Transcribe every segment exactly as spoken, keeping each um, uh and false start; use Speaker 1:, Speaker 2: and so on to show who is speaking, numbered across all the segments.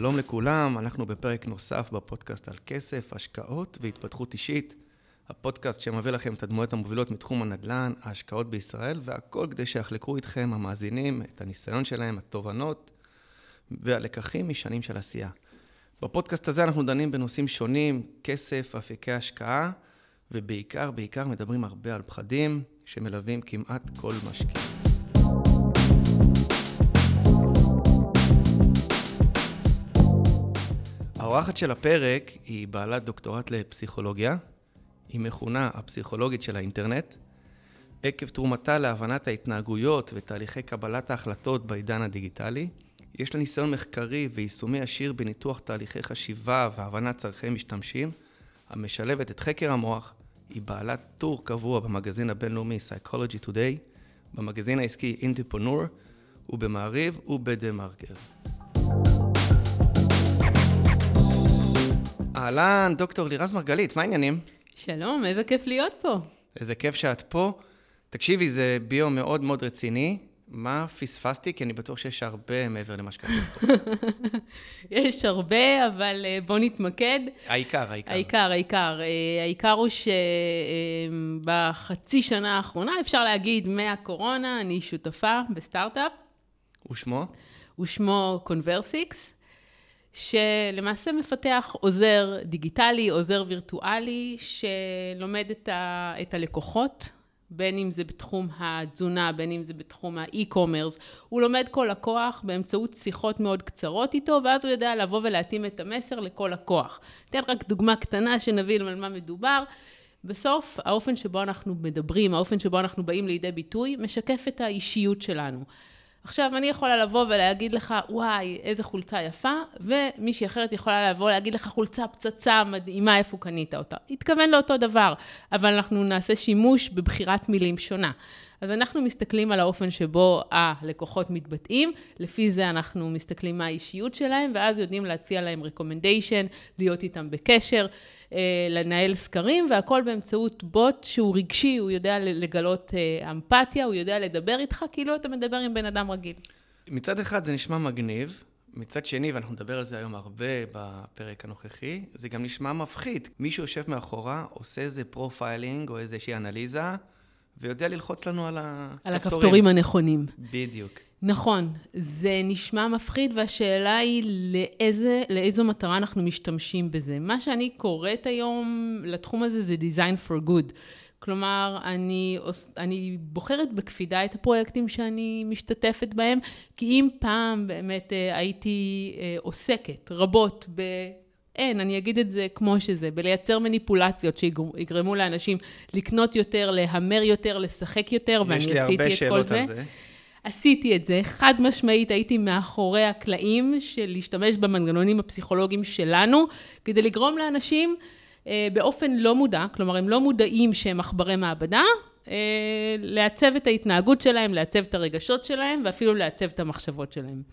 Speaker 1: שלום לכולם, אנחנו בפרק נוסף בפודקאסט על כסף, השקעות והתפתחות אישית. הפודקאסט שמביא לכם את הדמויות המובילות מתחום הנדל"ן, ההשקעות בישראל, והכל כדי שיחלקו איתכם המאזינים, את הניסיון שלהם, התובנות והלקחים משנים של עשייה. בפודקאסט הזה אנחנו דנים בנושאים שונים, כסף, אפיקי השקעה, ובעיקר, בעיקר מדברים הרבה על פחדים שמלווים כמעט כל משקיע. האורחת של הפרק היא בעלת דוקטורט לפסיכולוגיה, היא מכונה הפסיכולוגית של האינטרנט, עקב תרומתה להבנת ההתנהגויות ותהליכי קבלת ההחלטות בעידן הדיגיטלי. יש לה ניסיון מחקרי ויישומי עשיר בניתוח תהליכי חשיבה והבנת צרכי משתמשים, המשלבת את חקר המוח. היא בעלת טור קבוע במגזין הבינלאומי Psychology Today, במגזין העסקי Entrepreneur, ובמעריב ובדה-מרקר. אהלן, דוקטור לירז מרגלית, מה העניינים?
Speaker 2: שלום, איזה כיף להיות פה.
Speaker 1: איזה כיף שאת פה. תקשיבי, זה ביו מאוד מאוד רציני. מה פספסתי? כי אני בטוח שיש הרבה מעבר למה שכתוב פה.
Speaker 2: יש הרבה, אבל בוא נתמקד.
Speaker 1: העיקר, העיקר.
Speaker 2: העיקר, העיקר. העיקר הוא שבחצי שנה האחרונה, אפשר להגיד מהקורונה, אני שותפה בסטארט-אפ.
Speaker 1: ושמו?
Speaker 2: ושמו קונברסיקס. שלמעשה מפתח עוזר דיגיטלי, עוזר וירטואלי, שלומד את, ה, את הלקוחות, בין אם זה בתחום התזונה, בין אם זה בתחום האי-קומרס, הוא לומד כל לקוח באמצעות שיחות מאוד קצרות איתו, ואז הוא יודע לבוא ולהתאים את המסר לכל לקוח. תן רק דוגמה קטנה שנבין על מה מדובר. בסוף, האופן שבו אנחנו מדברים, האופן שבו אנחנו באים לידי ביטוי, משקף את האישיות שלנו. עכשיו, אני יכולה לבוא ולהגיד לך, וואי, איזה חולצה יפה, ומישהי אחרת יכולה לבוא ולהגיד לך, חולצה פצצה מדהימה, איפה קנית אותה. התכוון לאותו דבר, אבל אנחנו נעשה שימוש בבחירת מילים שונה. אז אנחנו מסתכלים על האופן שבו הלקוחות מתבטאים, לפי זה אנחנו מסתכלים מה האישיות שלהם, ואז יודעים להציע להם recommendation, להיות איתם בקשר, לנהל סקרים, והכל באמצעות בוט שהוא רגשי, הוא יודע לגלות אמפתיה, הוא יודע לדבר איתך, כאילו אתה מדבר עם בן אדם רגיל.
Speaker 1: מצד אחד זה נשמע מגניב, מצד שני, ואנחנו נדבר על זה היום הרבה בפרק הנוכחי, זה גם נשמע מפחיד. מישהו יושב מאחורה, עושה איזה פרופיילינג או איזושהי אנליזה, ויודע ללחוץ לנו על הכפתורים.
Speaker 2: על הכפתורים הנכונים.
Speaker 1: בדיוק.
Speaker 2: נכון, זה נשמע מפחיד, והשאלה היא לאיזה, לאיזו מטרה אנחנו משתמשים בזה. מה שאני קוראת היום לתחום הזה זה design for good. כלומר, אני, אני בוחרת בקפידה את הפרויקטים שאני משתתפת בהם, כי אם פעם באמת הייתי עוסקת רבות ב... אין, אני אגיד את זה כמו שזה, בלייצר מניפולציות שיגרמו לאנשים לקנות יותר, להמר יותר, לשחק יותר, ואני עשיתי את כל זה. יש לי הרבה שאלות על זה. עשיתי את זה, חד משמעית הייתי מאחורי הקלעים של להשתמש במנגנונים הפסיכולוגיים שלנו, כדי לגרום לאנשים אה, באופן לא מודע, כלומר הם לא מודעים שהם מחברי מעבדה, אה, לעצב את ההתנהגות שלהם, לעצב את הרגשות שלהם, ואפילו לעצב את המחשבות שלהם.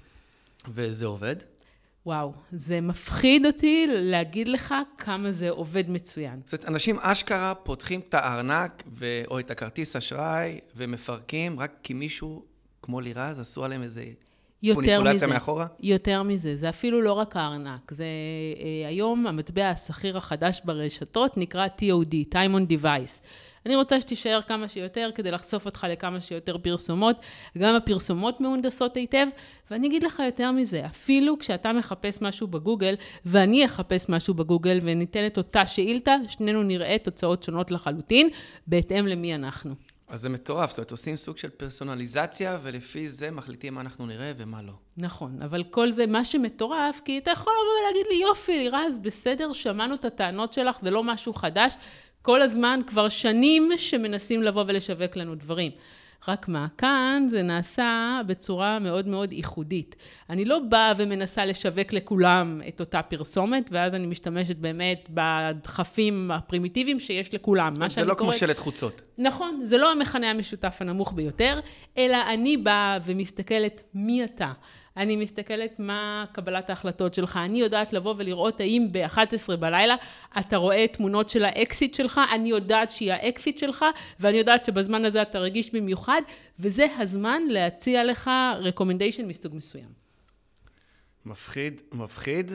Speaker 1: וזה עובד?
Speaker 2: וואו, זה מפחיד אותי להגיד לך כמה זה עובד מצוין.
Speaker 1: זאת אומרת, אנשים אשכרה פותחים את הארנק ו... או את הכרטיס אשראי ומפרקים רק כי מישהו כמו לירז עשו עליהם איזה מניפולציה מאחורה?
Speaker 2: יותר מזה, זה אפילו לא רק הארנק. זה אה, היום המטבע השכיר החדש ברשתות נקרא טי או די, Time on Device. אני רוצה שתישאר כמה שיותר כדי לחשוף אותך לכמה שיותר פרסומות. גם הפרסומות מהונדסות היטב, ואני אגיד לך יותר מזה, אפילו כשאתה מחפש משהו בגוגל, ואני אחפש משהו בגוגל וניתן את אותה שאילתה, שנינו נראה תוצאות שונות לחלוטין, בהתאם למי אנחנו.
Speaker 1: אז זה מטורף, זאת אומרת, עושים סוג של פרסונליזציה, ולפי זה מחליטים מה אנחנו נראה ומה לא.
Speaker 2: נכון, אבל כל זה מה שמטורף, כי אתה יכול לבוא ולהגיד לי, יופי, לירז, בסדר, שמענו את הטענות שלך, זה לא משהו חדש, כל הזמן כבר שנים שמנסים לבוא ולשווק לנו דברים. רק מה, כאן זה נעשה בצורה מאוד מאוד ייחודית. אני לא באה ומנסה לשווק לכולם את אותה פרסומת, ואז אני משתמשת באמת בדחפים הפרימיטיביים שיש לכולם.
Speaker 1: זה לא כמו שלט חוצות.
Speaker 2: נכון, זה לא המכנה המשותף הנמוך ביותר, אלא אני באה ומסתכלת מי אתה. אני מסתכלת מה קבלת ההחלטות שלך. אני יודעת לבוא ולראות האם ב-אחת עשרה בלילה אתה רואה תמונות של האקסיט שלך, אני יודעת שהיא האקסיט שלך, ואני יודעת שבזמן הזה אתה רגיש במיוחד, וזה הזמן להציע לך recommendation מסוג מסוים.
Speaker 1: מפחיד, מפחיד,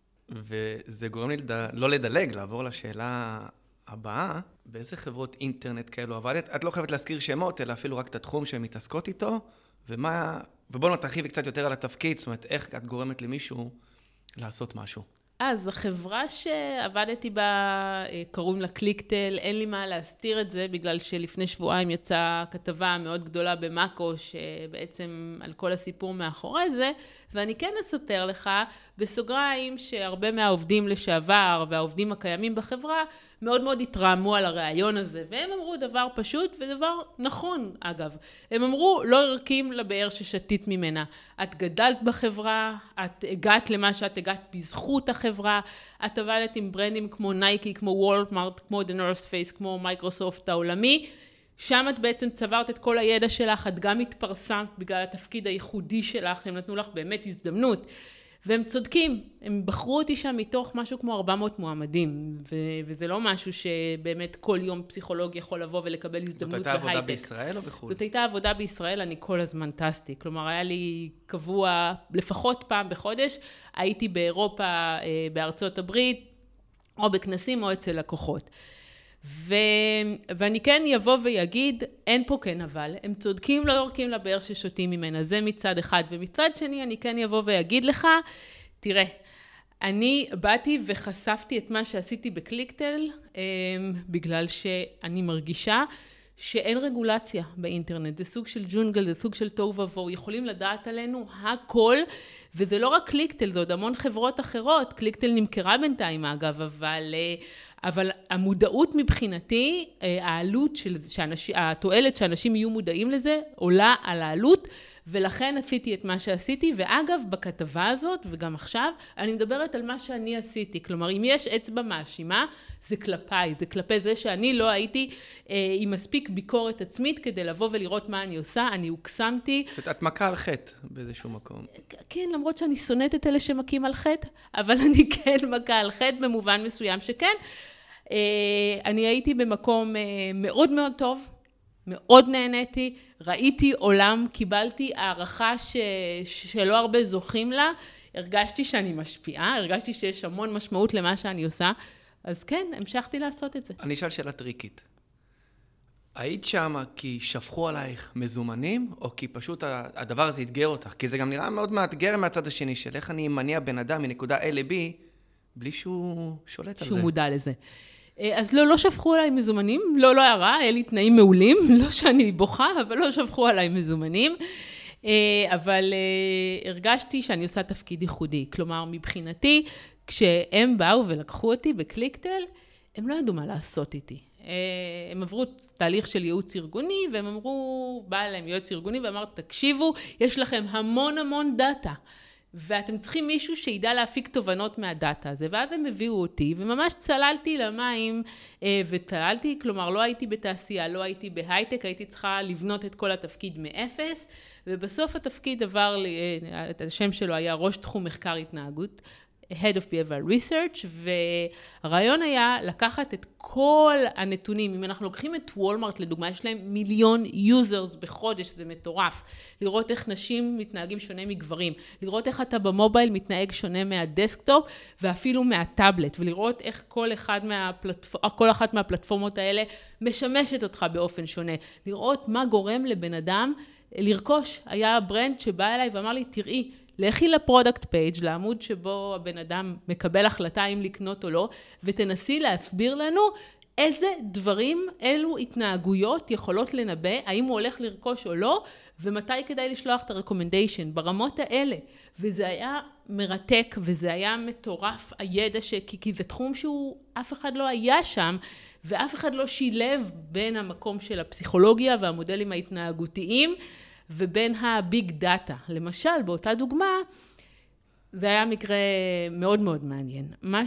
Speaker 1: וזה גורם לי לד... לא לדלג, לעבור לשאלה הבאה. באיזה חברות אינטרנט כאלו עבדת? את לא חייבת להזכיר שמות, אלא אפילו רק את התחום שהן מתעסקות איתו, ומה... ובואו נתרחיב קצת יותר על התפקיד, זאת אומרת, איך את גורמת למישהו לעשות משהו.
Speaker 2: אז החברה שעבדתי בה, קוראים לה קליקטל, אין לי מה להסתיר את זה, בגלל שלפני שבועיים יצאה כתבה מאוד גדולה במאקו, שבעצם על כל הסיפור מאחורי זה, ואני כן אספר לך בסוגריים שהרבה מהעובדים לשעבר והעובדים הקיימים בחברה מאוד מאוד התרעמו על הרעיון הזה, והם אמרו דבר פשוט ודבר נכון אגב. הם אמרו לא ערכים לבאר ששתית ממנה. את גדלת בחברה, את הגעת למה שאת הגעת בזכות החברה, את עבדת עם ברנדים כמו נייקי, כמו וולמארט, כמו The North Face, כמו מייקרוסופט העולמי, שם את בעצם צברת את כל הידע שלך, את גם התפרסמת בגלל התפקיד הייחודי שלך, הם נתנו לך באמת הזדמנות. והם צודקים, הם בחרו אותי שם מתוך משהו כמו ארבע מאות מועמדים, ו- וזה לא משהו שבאמת כל יום פסיכולוג יכול לבוא ולקבל הזדמנות בהייטק.
Speaker 1: זאת הייתה עבודה בישראל או בחו"ל?
Speaker 2: זאת הייתה עבודה בישראל, אני כל הזמן טסתי, כלומר היה לי קבוע לפחות פעם בחודש, הייתי באירופה, בארצות הברית, או בכנסים או אצל לקוחות. ו... ואני כן יבוא ויגיד, אין פה כן אבל, הם צודקים לא יורקים לבאר ששותים ממנה, זה מצד אחד, ומצד שני אני כן יבוא ויגיד לך, תראה, אני באתי וחשפתי את מה שעשיתי בקליקטל, בגלל שאני מרגישה שאין רגולציה באינטרנט, זה סוג של ג'ונגל, זה סוג של תוהו ובוהו, יכולים לדעת עלינו הכל, וזה לא רק קליקטל, זה עוד המון חברות אחרות, קליקטל נמכרה בינתיים אגב, אבל... אבל המודעות מבחינתי, העלות של שאנשים, התועלת שאנשים יהיו מודעים לזה, עולה על העלות, ולכן עשיתי את מה שעשיתי, ואגב, בכתבה הזאת, וגם עכשיו, אני מדברת על מה שאני עשיתי, כלומר, אם יש אצבע מאשימה, זה כלפיי, זה כלפי זה שאני לא הייתי אה, עם מספיק ביקורת עצמית, כדי לבוא ולראות מה אני עושה, אני הוקסמתי.
Speaker 1: זאת אומרת, את מכה על חטא באיזשהו מקום.
Speaker 2: כן, למרות שאני שונאת את אלה שמכים על חטא, אבל אני כן מכה על חטא במובן מסוים שכן. אני הייתי במקום מאוד מאוד טוב, מאוד נהניתי, ראיתי עולם, קיבלתי הערכה ש... שלא הרבה זוכים לה, הרגשתי שאני משפיעה, הרגשתי שיש המון משמעות למה שאני עושה, אז כן, המשכתי לעשות את זה.
Speaker 1: אני אשאל שאלה טריקית. היית שמה כי שפכו עלייך מזומנים, או כי פשוט הדבר הזה יתגר אותך? כי זה גם נראה מאוד מאתגר מהצד השני, של איך אני מניע בן אדם מנקודה A ל-B, בלי שהוא שולט על זה.
Speaker 2: שהוא מודע לזה. אז לא, לא שפכו עליי מזומנים, לא, לא הרע, היה לי תנאים מעולים, לא שאני בוכה, אבל לא שפכו עליי מזומנים, אבל הרגשתי שאני עושה תפקיד ייחודי, כלומר, מבחינתי, כשהם באו ולקחו אותי בקליקטל, הם לא ידעו מה לעשות איתי. הם עברו תהליך של ייעוץ ארגוני, והם אמרו, בא אליהם ייעוץ ארגוני, ואמר, תקשיבו, יש לכם המון המון דאטה, ואתם צריכים מישהו שידע להפיק תובנות מהדאטה הזה, ואז הם הביאו אותי, וממש צללתי למים, וצללתי, כלומר לא הייתי בתעשייה, לא הייתי בהייטק, הייתי צריכה לבנות את כל התפקיד מאפס, ובסוף התפקיד עבר, את השם שלו היה ראש תחום מחקר התנהגות, Head of Behavioral Research, והרעיון היה לקחת את כל הנתונים, אם אנחנו לוקחים את וולמארט לדוגמה, יש להם מיליון יוזרס בחודש, זה מטורף, לראות איך נשים מתנהגים שונה מגברים, לראות איך אתה במובייל מתנהג שונה מהדסקטופ, ואפילו מהטאבלט, ולראות איך כל, אחד מהפלטפ... כל אחת מהפלטפורמות האלה משמשת אותך באופן שונה, לראות מה גורם לבן אדם לרכוש. היה ברנד שבא אליי ואמר לי, תראי, לכי לפרודקט פייג', לעמוד שבו הבן אדם מקבל החלטה אם לקנות או לא, ותנסי להסביר לנו איזה דברים, אילו התנהגויות יכולות לנבא, האם הוא הולך לרכוש או לא, ומתי כדאי לשלוח את הרקומנדיישן, ברמות האלה. וזה היה מרתק, וזה היה מטורף, הידע ש... כי, כי זה תחום שהוא, אף אחד לא היה שם, ואף אחד לא שילב בין המקום של הפסיכולוגיה והמודלים ההתנהגותיים, ובין הביג דאטה. למשל, באותה דוגמה, זה היה מקרה מאוד מאוד מעניין. מה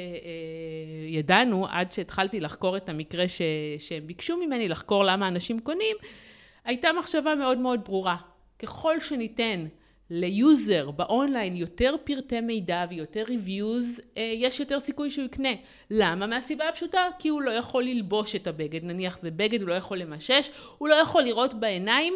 Speaker 2: שידענו, עד שהתחלתי לחקור את המקרה ש... שהם ביקשו ממני לחקור למה אנשים קונים, הייתה מחשבה מאוד מאוד ברורה. ככל שניתן ליוזר באונליין יותר פרטי מידע ויותר ריוויוז, יש יותר סיכוי שהוא יקנה. למה? מהסיבה הפשוטה, כי הוא לא יכול ללבוש את הבגד. נניח זה בגד, הוא לא יכול למשש, הוא לא יכול לראות בעיניים,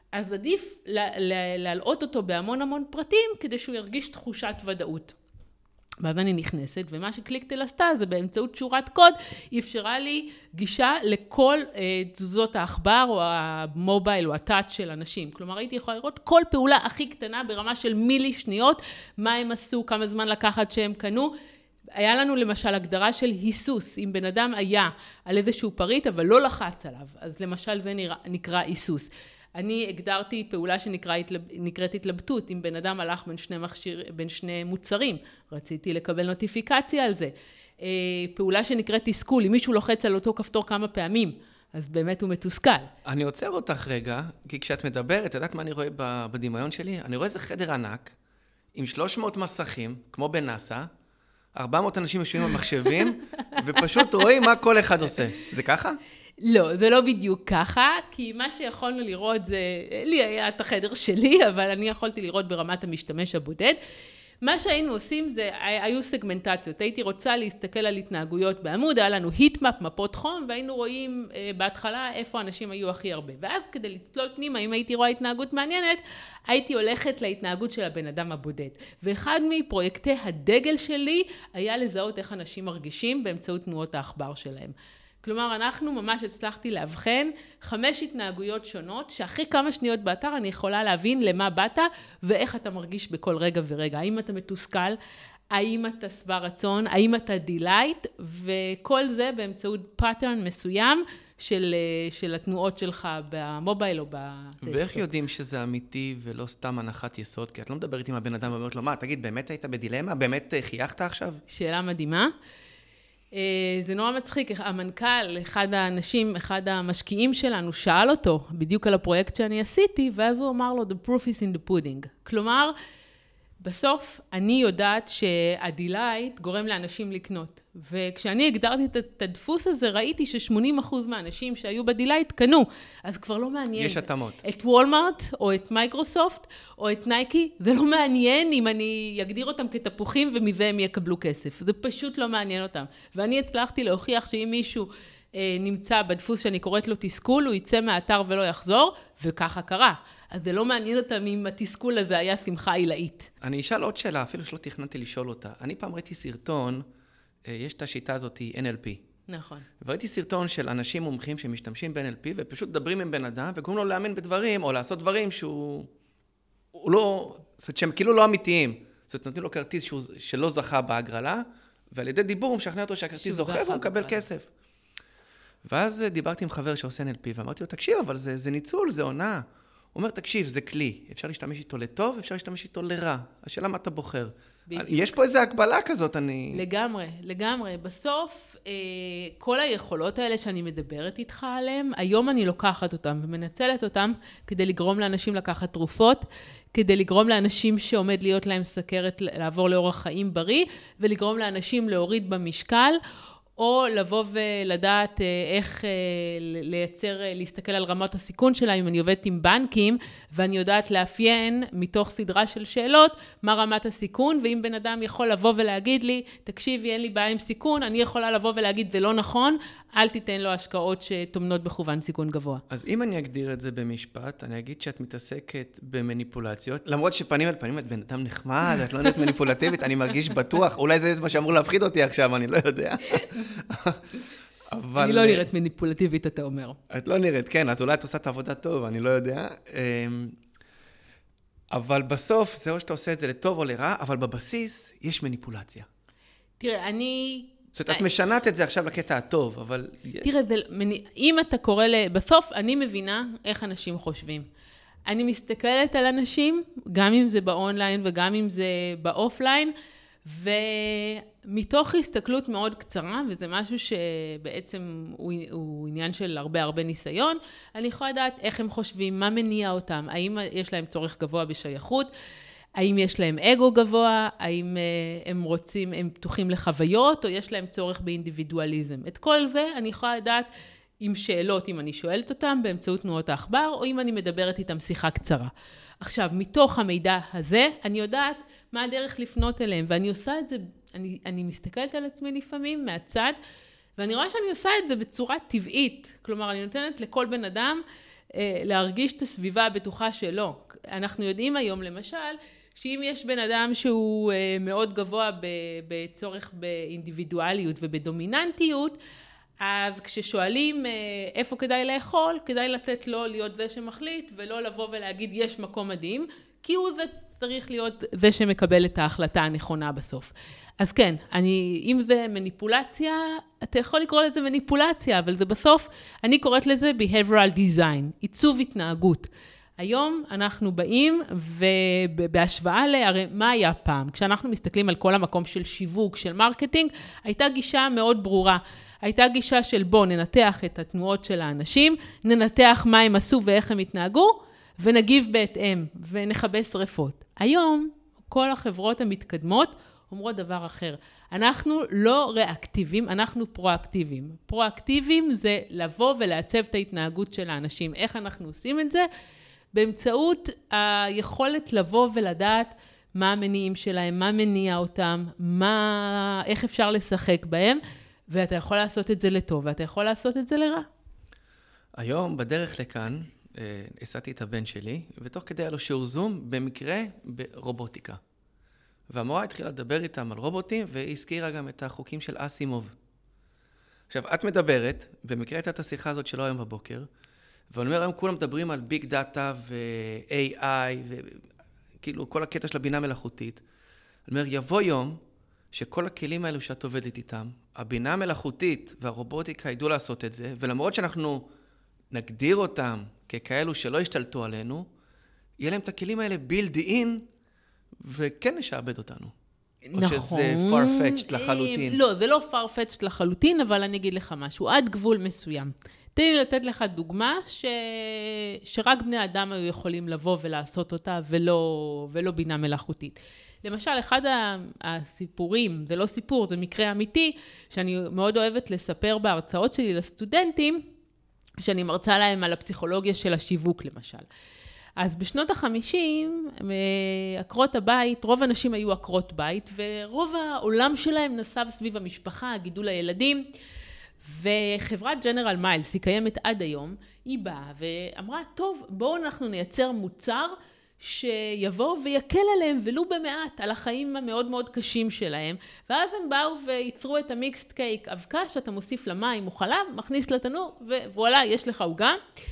Speaker 2: אז עדיף להלאות אותו בהמון המון פרטים, כדי שהוא ירגיש תחושת ודאות. ואז אני נכנסת, ומה שקליקטל עשתה זה באמצעות שורת קוד, היא אפשרה לי גישה לכל אה, תזוזות העכבר, או המובייל, או הטאץ' של אנשים. כלומר, הייתי יכולה לראות כל פעולה הכי קטנה, ברמה של מילי שניות, מה הם עשו, כמה זמן לקחת שהם קנו. היה לנו למשל הגדרה של היסוס, אם בן אדם היה על איזשהו פריט, אבל לא לחץ עליו, אז למשל זה נרא, נקרא היסוס. אני הגדרתי פעולה שנקראת התלבטות, אם בן אדם הלך בין שני, מכשיר, בין שני מוצרים, רציתי לקבל נוטיפיקציה על זה. פעולה שנקראת תסכול, אם מישהו לוחץ על אותו כפתור כמה פעמים, אז באמת הוא מתוסכל.
Speaker 1: אני עוצר אותך רגע, כי כשאת מדברת, את יודעת מה אני רואה בדמיון שלי? אני רואה איזה חדר ענק, עם שלוש מאות מסכים, כמו בנאסא, ארבע מאות אנשים יושבים במחשבים, ופשוט רואים מה כל אחד עושה. זה ככה?
Speaker 2: לא, זה לא בדיוק ככה, כי מה שיכולנו לראות זה, לי היה את החדר שלי, אבל אני יכולתי לראות ברמת המשתמש הבודד. מה שהיינו עושים זה, היו סגמנטציות. הייתי רוצה להסתכל על התנהגויות בעמוד, היה לנו היטמאפ, מפות חום, והיינו רואים בהתחלה איפה אנשים היו הכי הרבה. ואז כדי לצלול פנימה, אם הייתי רואה התנהגות מעניינת, הייתי הולכת להתנהגות של הבן אדם הבודד. ואחד מפרויקטי הדגל שלי היה לזהות איך אנשים מרגישים באמצעות תנועות העכבר שלהם. כלומר, אנחנו ממש הצלחתי להבחן חמש התנהגויות שונות, שאחרי כמה שניות באתר אני יכולה להבין למה באת ואיך אתה מרגיש בכל רגע ורגע. האם אתה מתוסכל, האם אתה שבע רצון, האם אתה דילייט, וכל זה באמצעות פאטרן מסוים של, של התנועות שלך במובייל או בטסטופ.
Speaker 1: ואיך יודעים שזה אמיתי ולא סתם הנחת יסוד? כי את לא מדברת עם הבן אדם ואומרת לו, מה, תגיד, באמת היית בדילמה? באמת חייכת עכשיו?
Speaker 2: שאלה מדהימה. זה נורא מצחיק, המנכ"ל, אחד האנשים, אחד המשקיעים שלנו, שאל אותו בדיוק על הפרויקט שאני עשיתי, ואז הוא אמר לו, the proof is in the pudding. כלומר, בסוף אני יודעת שהדילייט גורם לאנשים לקנות. וכשאני הגדרתי את הדפוס הזה, ראיתי ש-שמונים אחוז מהאנשים שהיו בדילייט קנו. אז כבר לא מעניין.
Speaker 1: יש התאמות.
Speaker 2: את וולמארט, או את מייקרוסופט, או את נייקי, זה לא מעניין אם אני אגדיר אותם כתפוחים ומזה הם יקבלו כסף. זה פשוט לא מעניין אותם. ואני הצלחתי להוכיח שאם מישהו אה, נמצא בדפוס שאני קוראת לו תסכול, הוא יצא מהאתר ולא יחזור, וככה קרה. אז זה לא מעניין אותם אם התסכול הזה היה שמחה עילאית.
Speaker 1: אני אשאל עוד שאלה, אפילו שלא תכננתי לשאול אותה. אני פעם ראיתי סרטון, יש את השיטה הזאת, אן אל פי.
Speaker 2: נכון.
Speaker 1: וראיתי סרטון של אנשים מומחים שמשתמשים ב-אן אל פי, ופשוט מדברים עם בן אדם, וגורמים לו להאמין בדברים, או לעשות דברים שהוא הוא לא, זאת אומרת, שהם כאילו לא אמיתיים. זאת אומרת, נותנים לו כרטיס שהוא, שלא זכה בהגרלה, ועל ידי דיבור הוא משכנע אותו שהכרטיס זוכה, והוא מקבל כסף. ואז דיברתי עם חבר שעושה אן אל פי, ואמרתי לו, תקשיב, אבל זה, זה ניצול, זה עונה. הוא אומר, תקשיב, זה כלי. אפשר להשתמש איתו לטוב, אפשר להשתמש איתו לרע. השאלה מה אתה בוחר. בדיוק. יש פה איזו הגבלה כזאת, אני...
Speaker 2: לגמרי, לגמרי. בסוף, אה, כל היכולות האלה שאני מדברת איתך עליהן, היום אני לוקחת אותן ומנצלת אותן כדי לגרום לאנשים לקחת תרופות, כדי לגרום לאנשים שעומד להיות להם סכרת לעבור לאורח חיים בריא, ולגרום לאנשים להוריד במשקל, או לבוא ולדעת איך לייצר, להסתכל על רמת הסיכון שלה, אם אני עובדת עם בנקים, ואני יודעת לאפיין מתוך סדרה של שאלות, מה רמת הסיכון, ואם בן אדם יכול לבוא ולהגיד לי, תקשיבי, אין לי בעיה עם סיכון, אני יכולה לבוא ולהגיד, זה לא נכון, אל תיתן לו השקעות שתומנות בכוון סיכון גבוה.
Speaker 1: אז אם אני אגדיר את זה במשפט, אני אגיד שאת מתעסקת במניפולציות, למרות שפנים על פנים את בן אדם נחמד, את לא נהיית מניפולטיבית, אני מרגיש בטוח, אולי זה מה שאמור להפחיד אותי עכשיו, אני לא יודע.
Speaker 2: אבל... אני לא נראית מניפולטיבית, אתה אומר.
Speaker 1: את לא נראית, כן, אז אולי את עושה את העבודה טוב, אני לא יודע. אבל בסוף, זה או שאתה עושה את זה לטוב או לרע, אבל בבסיס יש מניפולציה.
Speaker 2: תראה, אני...
Speaker 1: זאת אומרת, את משנת את זה עכשיו לקטע הטוב, אבל...
Speaker 2: תראה, זה... אם אתה קורא ל... בסוף, אני מבינה איך אנשים חושבים. אני מסתכלת על אנשים, גם אם זה באונליין וגם אם זה באופליין, ומתוך הסתכלות מאוד קצרה, וזה משהו שבעצם הוא, הוא עניין של הרבה הרבה ניסיון, אני יכולה לדעת איך הם חושבים, מה מניע אותם, האם יש להם צורך גבוה בשייכות, האם יש להם אגו גבוה, האם הם רוצים, הם פתוחים לחוויות, או יש להם צורך באינדיבידואליזם. את כל זה אני יכולה לדעת עם שאלות, אם אני שואלת אותם, באמצעות תנועות העכבר, או אם אני מדברת איתם שיחה קצרה. עכשיו, מתוך המידע הזה, אני יודעת מה הדרך לפנות אליהם, ואני עושה את זה, אני, אני מסתכלת על עצמי לפעמים מהצד, ואני רואה שאני עושה את זה בצורה טבעית. כלומר, אני נותנת לכל בן אדם להרגיש את הסביבה הבטוחה שלו. אנחנו יודעים היום למשל, שאם יש בן אדם שהוא מאוד גבוה בצורך באינדיבידואליות ובדומיננטיות, אז כששואלים איפה כדאי לאכול, כדאי לתת לו להיות זה שמחליט, ולא לבוא ולהגיד יש מקום מדהים, כי הוא זה צריך להיות זה שמקבל את ההחלטה הנכונה בסוף. אז כן, אני, אם זה מניפולציה, אתה יכול לקרוא לזה מניפולציה, אבל זה בסוף, אני קוראת לזה behavioral design, עיצוב התנהגות. היום אנחנו באים ובהשוואה להרי מה היה פעם, כשאנחנו מסתכלים על כל המקום של שיווק, של מרקטינג, הייתה גישה מאוד ברורה. הייתה גישה של בוא ננתח את התנועות של האנשים, ננתח מה הם עשו ואיך הם התנהגו, ונגיב בהתאם, ונחבא שריפות. היום, כל החברות המתקדמות אומרות דבר אחר. אנחנו לא ריאקטיביים, אנחנו פרואקטיביים. פרואקטיביים זה לבוא ולעצב את ההתנהגות של האנשים. איך אנחנו עושים את זה? באמצעות היכולת לבוא ולדעת מה המניעים שלהם, מה מניע אותם, מה, איך אפשר לשחק בהם, ואתה יכול לעשות את זה לטוב, ואתה יכול לעשות את זה לרע.
Speaker 1: היום, בדרך לכאן, הסעתי את הבן שלי, ותוך כדי היה לו שיעור זום, במקרה ברובוטיקה. והמורה התחילה לדבר איתם על רובוטים, והיא הזכירה גם את החוקים של אסימוב. עכשיו, את מדברת, במקרה הייתה את השיחה הזאת שלו היום בבוקר, ואני אומר, היום כולם מדברים על ביג דאטה ו-איי איי, וכאילו כל הקטע של הבינה מלאכותית. אני אומר, יבוא יום שכל הכלים האלו שאת עובדת איתם, הבינה המלאכותית והרובוטיקה ידעו לעשות את זה, ולמרות שאנחנו נגדיר אותם ככאלו שלא ישתלטו עלינו, יהיה להם את הכלים האלה build in, וכן נשעבד אותנו.
Speaker 2: נכון.
Speaker 1: או שזה far-fetched לחלוטין.
Speaker 2: לא, זה לא far-fetched לחלוטין, אבל אני אגיד לך משהו, עד גבול מסוים. תן לי לתת לך דוגמה ש... שרק בני אדם היו יכולים לבוא ולעשות אותה, ולא, ולא בינה מלאכותית. למשל, אחד הסיפורים, זה לא סיפור, זה מקרה אמיתי, שאני מאוד אוהבת לספר בהרצאות שלי לסטודנטים, שאני מרצה להם על הפסיכולוגיה של השיווק, למשל. אז בשנות החמישים, עקרות הבית, רוב האנשים היו עקרות בית, ורוב העולם שלהם נסב סביב המשפחה, גידול הילדים, וחברת ג'נרל מיילס, היא קיימת עד היום, היא באה ואמרה, טוב, בואו אנחנו נייצר מוצר שיבוא ויקל עליהם, ולו במעט, על החיים המאוד מאוד קשים שלהם, ואז הם באו וייצרו את המיקסט קייק, אבקה שאתה מוסיף למים או חלב, מכניס לתנור, ווואלה, יש לך עוגה.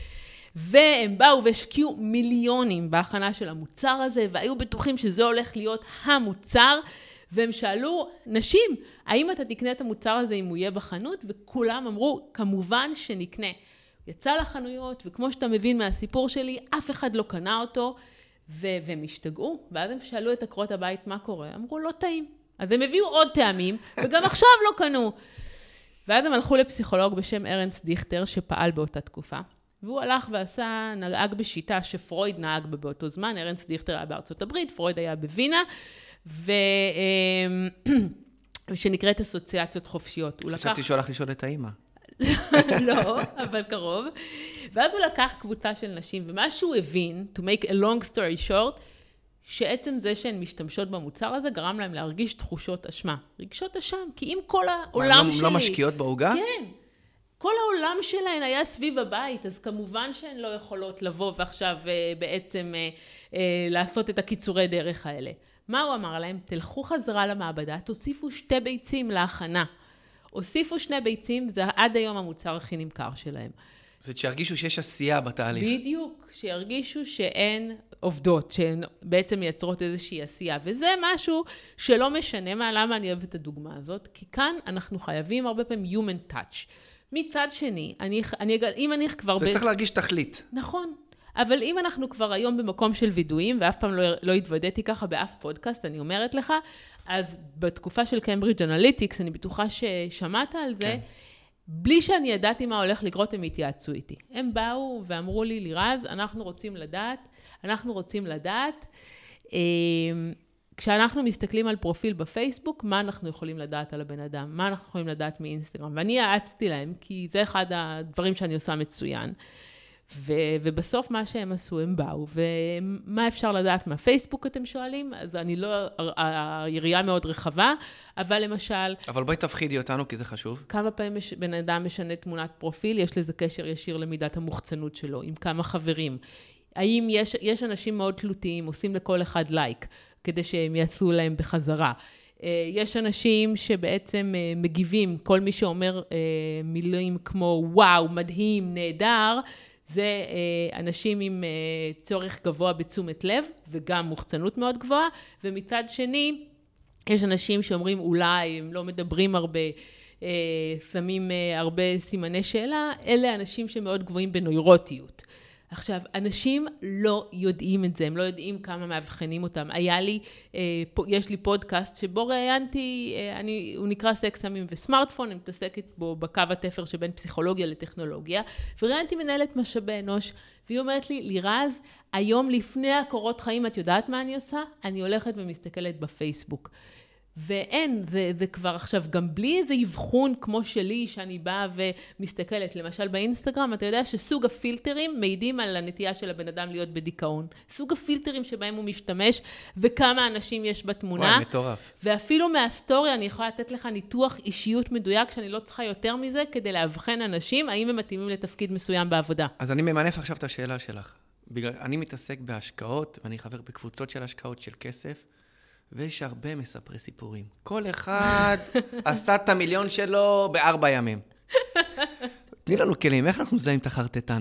Speaker 2: והם באו והשקיעו מיליונים בהכנה של המוצר הזה, והיו בטוחים שזה הולך להיות המוצר, והם שאלו, נשים, האם אתה תקנה את המוצר הזה אם הוא יהיה בחנות? וכולם אמרו, כמובן שנקנה. יצא לחנויות, וכמו שאתה מבין מהסיפור שלי, אף אחד לא קנה אותו, ו- והם השתגעו, ואז הם שאלו את עקרות הבית מה קורה, אמרו, לא טעים. אז הם הביאו עוד טעמים, וגם עכשיו לא קנו. ואז הם הלכו לפסיכולוג בשם ארנסט דיכטר, שפעל באותה תקופה. והוא הלך ועשה, נהג בשיטה שפרויד נהג בה באותו זמן, ארנסט דיכטר היה בארצות הברית, פרויד היה בווינה, ו... ושנקראת אסוציאציות חופשיות.
Speaker 1: חשבתי שהוא הלך לשאול את האמא.
Speaker 2: לא, אבל קרוב. ואז הוא לקח קבוצה של נשים, ומה שהוא הבין, to make a long story short, שעצם זה שהן משתמשות במוצר הזה, גרם להם להרגיש תחושות אשמה. רגשות אשם, כי אם כל העולם שלי...
Speaker 1: לא משקיעות בעוגה?
Speaker 2: כן. כל העולם שלהן היה סביב הבית, אז כמובן שהן לא יכולות לבוא ועכשיו בעצם לעשות את הקיצורי דרך האלה. מה הוא אמר להם? תלכו חזרה למעבדה, תוסיפו שתי ביצים להכנה. הוסיפו שני ביצים, זה עד היום המוצר הכי נמכר שלהם.
Speaker 1: זאת שירגישו שיש עשייה בתהליך.
Speaker 2: בדיוק, שירגישו שאין עובדות, שהן בעצם מייצרות איזושהי עשייה, וזה משהו שלא משנה מה, למה אני אוהבת את הדוגמה הזאת, כי כאן אנחנו חייבים הרבה פעמים human touch. מצד שני, אני, אני, אם אני כבר...
Speaker 1: זה ב... צריך להרגיש תכלית.
Speaker 2: נכון. אבל אם אנחנו כבר היום במקום של וידועים, ואף פעם לא, לא התוודעתי ככה באף פודקאסט, אני אומרת לך, אז בתקופה של קיימברידג' אנליטיקס, אני בטוחה ששמעת על זה, כן. בלי שאני ידעתי מה הולך לקרות, הם התייעצו איתי. הם באו ואמרו לי, לירז, אנחנו רוצים לדעת, אנחנו רוצים לדעת, אה, כשאנחנו מסתכלים על פרופיל בפייסבוק, מה אנחנו יכולים לדעת על הבן אדם? מה אנחנו יכולים לדעת מאינסטגרם? ואני יעצתי להם, כי זה אחד הדברים שאני עושה מצוין. ו- ובסוף מה שהם עשו, הם באו, ומה אפשר לדעת מהפייסבוק, אתם שואלים? אז אני לא, היריעה מאוד רחבה, אבל למשל...
Speaker 1: אבל בואי תפחידי אותנו, כי זה חשוב.
Speaker 2: כמה פעמים בן אדם משנה תמונת פרופיל, יש לזה קשר ישיר למידת המוחצנות שלו, עם כמה חברים. האם יש, יש אנשים מאוד תלותיים, עושים לכל אחד לייק, כדי שהם יעשו להם בחזרה. יש אנשים שבעצם מגיבים, כל מי שאומר מילים כמו וואו, מדהים, נהדר, זה אנשים עם צורך גבוה בתשומת לב, וגם מוחצנות מאוד גבוהה, ומצד שני, יש אנשים שאומרים אולי, הם לא מדברים הרבה, שמים הרבה סימני שאלה, אלה אנשים שמאוד גבוהים בנוירוטיות. עכשיו, אנשים לא יודעים את זה, הם לא יודעים כמה מאבחנים אותם. היה לי, יש לי פודקאסט שבו ראיינתי, אני, הוא נקרא סקס, סמים וסמארטפון, אני מתעסקת בו בקו התפר שבין פסיכולוגיה לטכנולוגיה, וראיינתי מנהלת משאבי אנוש, והיא אומרת לי, לירז, היום לפני הקורות חיים, את יודעת מה אני עושה? אני הולכת ומסתכלת בפייסבוק. ואין, זה, זה כבר עכשיו, גם בלי איזה אבחון כמו שלי, שאני באה ומסתכלת, למשל באינסטגרם, אתה יודע שסוג הפילטרים מעידים על הנטייה של הבן אדם להיות בדיכאון. סוג הפילטרים שבהם הוא משתמש, וכמה אנשים יש בתמונה.
Speaker 1: וואי, מטורף.
Speaker 2: ואפילו מהסטוריה, אני יכולה לתת לך ניתוח אישיות מדויק, שאני לא צריכה יותר מזה, כדי להבחן אנשים, האם הם מתאימים לתפקיד מסוים בעבודה.
Speaker 1: אז אני ממנף עכשיו את השאלה שלך. בגלל, אני מתעסק בהשקעות, ואני חבר בקבוצות של השקעות של כסף, ויש הרבה מספרי סיפורים. כל אחד עשה את המיליון שלו בארבע ימים. תני לנו כלים, איך אנחנו מזהים את החרטטן?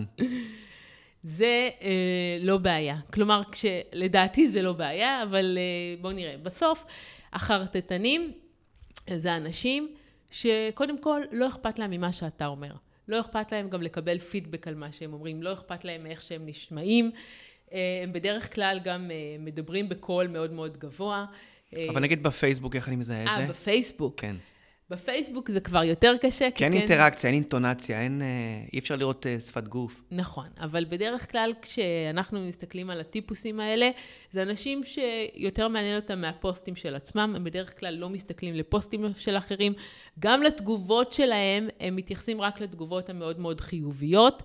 Speaker 2: זה אה, לא בעיה. כלומר, לדעתי זה לא בעיה, אבל אה, בואו נראה. בסוף, החרטטנים זה אנשים שקודם כל לא אכפת להם ממה שאתה אומר. לא אכפת להם גם לקבל פידבק על מה שהם אומרים. לא אכפת להם מאיך שהם נשמעים. הם בדרך כלל גם מדברים בקול מאוד מאוד גבוה.
Speaker 1: אבל נגיד בפייסבוק, איך אני מזהה את זה?
Speaker 2: אה, בפייסבוק.
Speaker 1: כן.
Speaker 2: בפייסבוק זה כבר יותר קשה.
Speaker 1: כי אין אינטראקציה, אין אינטונציה, אין, אי אפשר לראות שפת גוף.
Speaker 2: נכון, אבל בדרך כלל כשאנחנו מסתכלים על הטיפוסים האלה, זה אנשים שיותר מעניין אותם מהפוסטים של עצמם, הם בדרך כלל לא מסתכלים לפוסטים של אחרים, גם לתגובות שלהם, הם מתייחסים רק לתגובות המאוד מאוד חיוביות,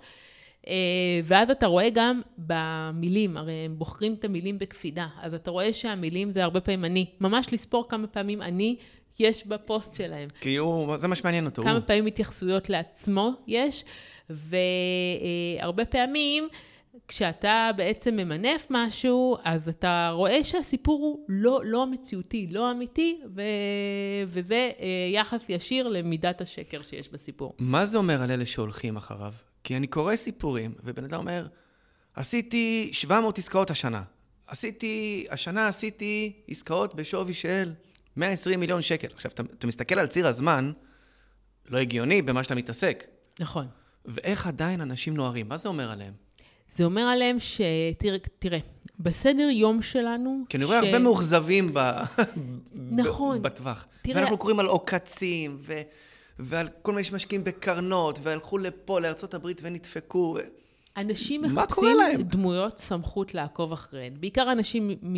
Speaker 2: ואז אתה רואה גם במילים, הרי הם בוחרים את המילים בקפידה, אז אתה רואה שהמילים זה הרבה פעמים אני, ממש לספור כמה פעמים אני יש בפוסט שלהם.
Speaker 1: כי הוא, זה מה שמעניין אותו.
Speaker 2: כמה
Speaker 1: הוא.
Speaker 2: פעמים התייחסויות לעצמו יש, והרבה פעמים כשאתה בעצם ממנף משהו, אז אתה רואה שהסיפור הוא לא, לא מציאותי, לא אמיתי, ו... וזה יחס ישיר למידת השקר שיש בסיפור.
Speaker 1: מה זה אומר על אלה שהולכים אחריו? כי אני קורא סיפורים, ובן אדם אומר, עשיתי שבע מאות עסקאות השנה. עשיתי, השנה עשיתי עסקאות בשווי של מאה ועשרים מיליון שקל. עכשיו, אתה, אתה מסתכל על ציר הזמן, לא הגיוני במה שאתה מתעסק.
Speaker 2: נכון.
Speaker 1: ואיך עדיין אנשים נוערים? מה זה אומר עליהם?
Speaker 2: זה אומר עליהם ש... תראה, תראה בסדר יום שלנו...
Speaker 1: כי אני רואה ש... הרבה מאוכזבים ב...
Speaker 2: נכון.
Speaker 1: בטווח.
Speaker 2: תראה...
Speaker 1: ואנחנו קוראים על עוקצים, ו... ועל כל מיני שמשקיעים בקרנות, והלכו לפה, לארצות הברית, ונדפקו.
Speaker 2: אנשים מחפשים דמויות סמכות לעקוב אחריהן. בעיקר אנשים מ...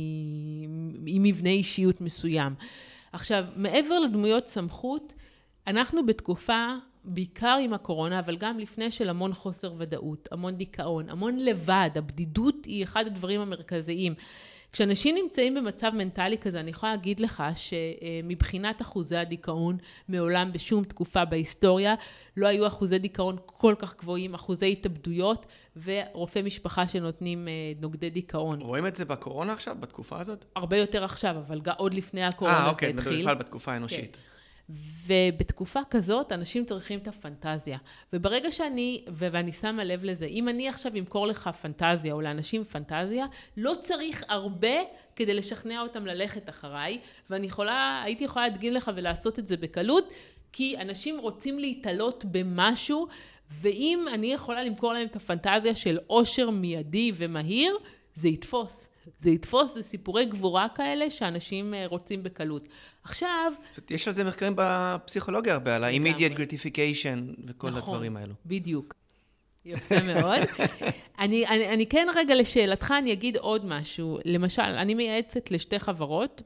Speaker 2: עם מבנה אישיות מסוים. עכשיו, מעבר לדמויות סמכות, אנחנו בתקופה, בעיקר עם הקורונה, אבל גם לפני של המון חוסר ודאות, המון דיכאון, המון לבד. הבדידות היא אחד הדברים המרכזיים. כשאנשים נמצאים במצב מנטלי כזה, אני יכולה להגיד לך שמבחינת אחוזי הדיכאון, מעולם בשום תקופה בהיסטוריה, לא היו אחוזי דיכאון כל כך גבוהים, אחוזי התאבדויות, ורופאי משפחה שנותנים נוגדי דיכאון.
Speaker 1: רואים את זה בקורונה עכשיו, בתקופה הזאת?
Speaker 2: הרבה יותר עכשיו, אבל עוד לפני הקורונה זה התחיל.
Speaker 1: אה, אוקיי, בכלל בתקופה האנושית.
Speaker 2: כן. ובתקופה כזאת, אנשים צריכים את הפנטזיה. וברגע שאני, ואני שמה לב לזה, אם אני עכשיו אמכור לך פנטזיה, או לאנשים פנטזיה, לא צריך הרבה כדי לשכנע אותם ללכת אחריי, ואני יכולה, הייתי יכולה להדגים לך ולעשות את זה בקלות, כי אנשים רוצים להתעלות במשהו, ואם אני יכולה למכור להם את הפנטזיה של עושר מיידי ומהיר, זה יתפוס. זה יתפוס, זה סיפורי גבורה כאלה שאנשים רוצים בקלות. עכשיו...
Speaker 1: יש על זה מחקרים בפסיכולוגיה הרבה, על ה-immediate gratification וכל
Speaker 2: נכון,
Speaker 1: הדברים האלו.
Speaker 2: בדיוק. יפה מאוד. אני, אני, אני כן רגע לשאלתך, אני אגיד עוד משהו. למשל, אני מייעצת לשתי חברות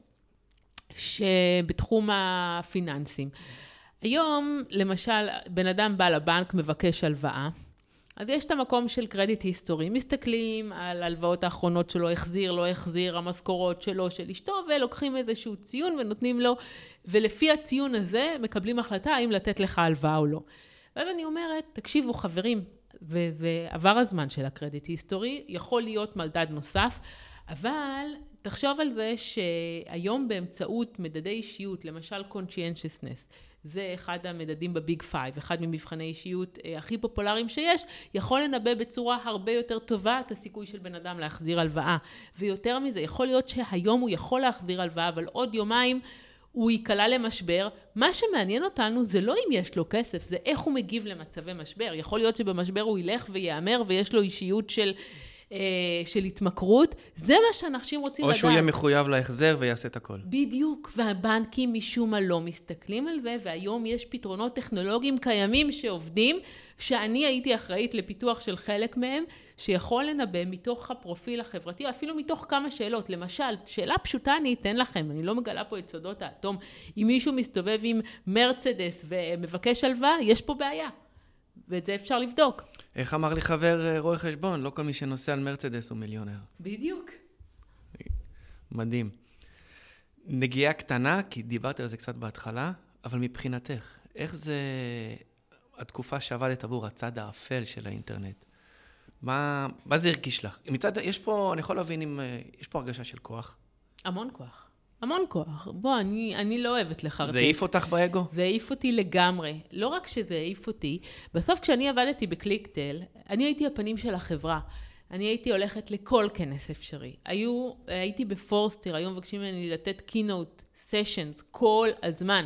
Speaker 2: שבתחום הפיננסים. היום, למשל, בן אדם בא לבנק מבקש הלוואה, אז יש את המקום של קרדיט היסטורי. מסתכלים על הלוואות האחרונות שלו, החזיר, לא החזיר, המשכורות שלו, של אשתו, ולוקחים איזשהו ציון ונותנים לו, ולפי הציון הזה מקבלים החלטה האם לתת לך הלוואה או לא. ואז אני אומרת, תקשיבו חברים, ועבר הזמן של הקרדיט היסטורי, יכול להיות מדד נוסף, אבל תחשוב על זה שהיום באמצעות מדדי אישיות, למשל conscientiousness, זה אחד המדדים בביג פייב, אחד ממבחני אישיות הכי פופולריים שיש, יכול לנבא בצורה הרבה יותר טובה את הסיכוי של בן אדם להחזיר הלוואה. ויותר מזה, יכול להיות שהיום הוא יכול להחזיר הלוואה, אבל עוד יומיים הוא ייקלע למשבר. מה שמעניין אותנו זה לא אם יש לו כסף, זה איך הוא מגיב למצבי משבר. יכול להיות שבמשבר הוא ילך ויאמר ויש לו אישיות של... של התמכרות, זה מה שאנשים רוצים לדעת.
Speaker 1: או שהוא יהיה מחויב להחזר ויעשה את הכל.
Speaker 2: בדיוק, והבנקים משום מה לא מסתכלים על זה, והיום יש פתרונות טכנולוגיים קיימים שעובדים, שאני הייתי אחראית לפיתוח של חלק מהם, שיכול לנבא מתוך הפרופיל החברתי, או אפילו מתוך כמה שאלות. למשל, שאלה פשוטה אני אתן לכם, אני לא מגלה פה את סודות האטום. אם מישהו מסתובב עם מרצדס ומבקש הלוואה, יש פה בעיה. ואת זה אפשר לבדוק.
Speaker 1: איך אמר לי חבר רואה חשבון? לא כל מי שנוסע על מרצדס הוא מיליונר.
Speaker 2: בדיוק.
Speaker 1: מדהים. נגיעה קטנה, כי דיברתי על זה קצת בהתחלה, אבל מבחינתך, איך זה התקופה שעבדת עבור הצד האפל של האינטרנט? מה, מה זה הרגיש לך? מצד, יש פה, אני יכול להבין אם, יש פה הרגשה של כוח?
Speaker 2: המון כוח. המון כוח. בוא, אני, אני לא אוהבת לחרטט.
Speaker 1: זה העיף אותך באגו?
Speaker 2: זה העיף אותי לגמרי. לא רק שזה העיף אותי, בסוף כשאני עבדתי בקליקטל, אני הייתי הפנים של החברה. אני הייתי הולכת לכל כנס אפשרי. היו, הייתי בפורסטר, היום מבקשים ממני לתת קינוט סשנס כל הזמן.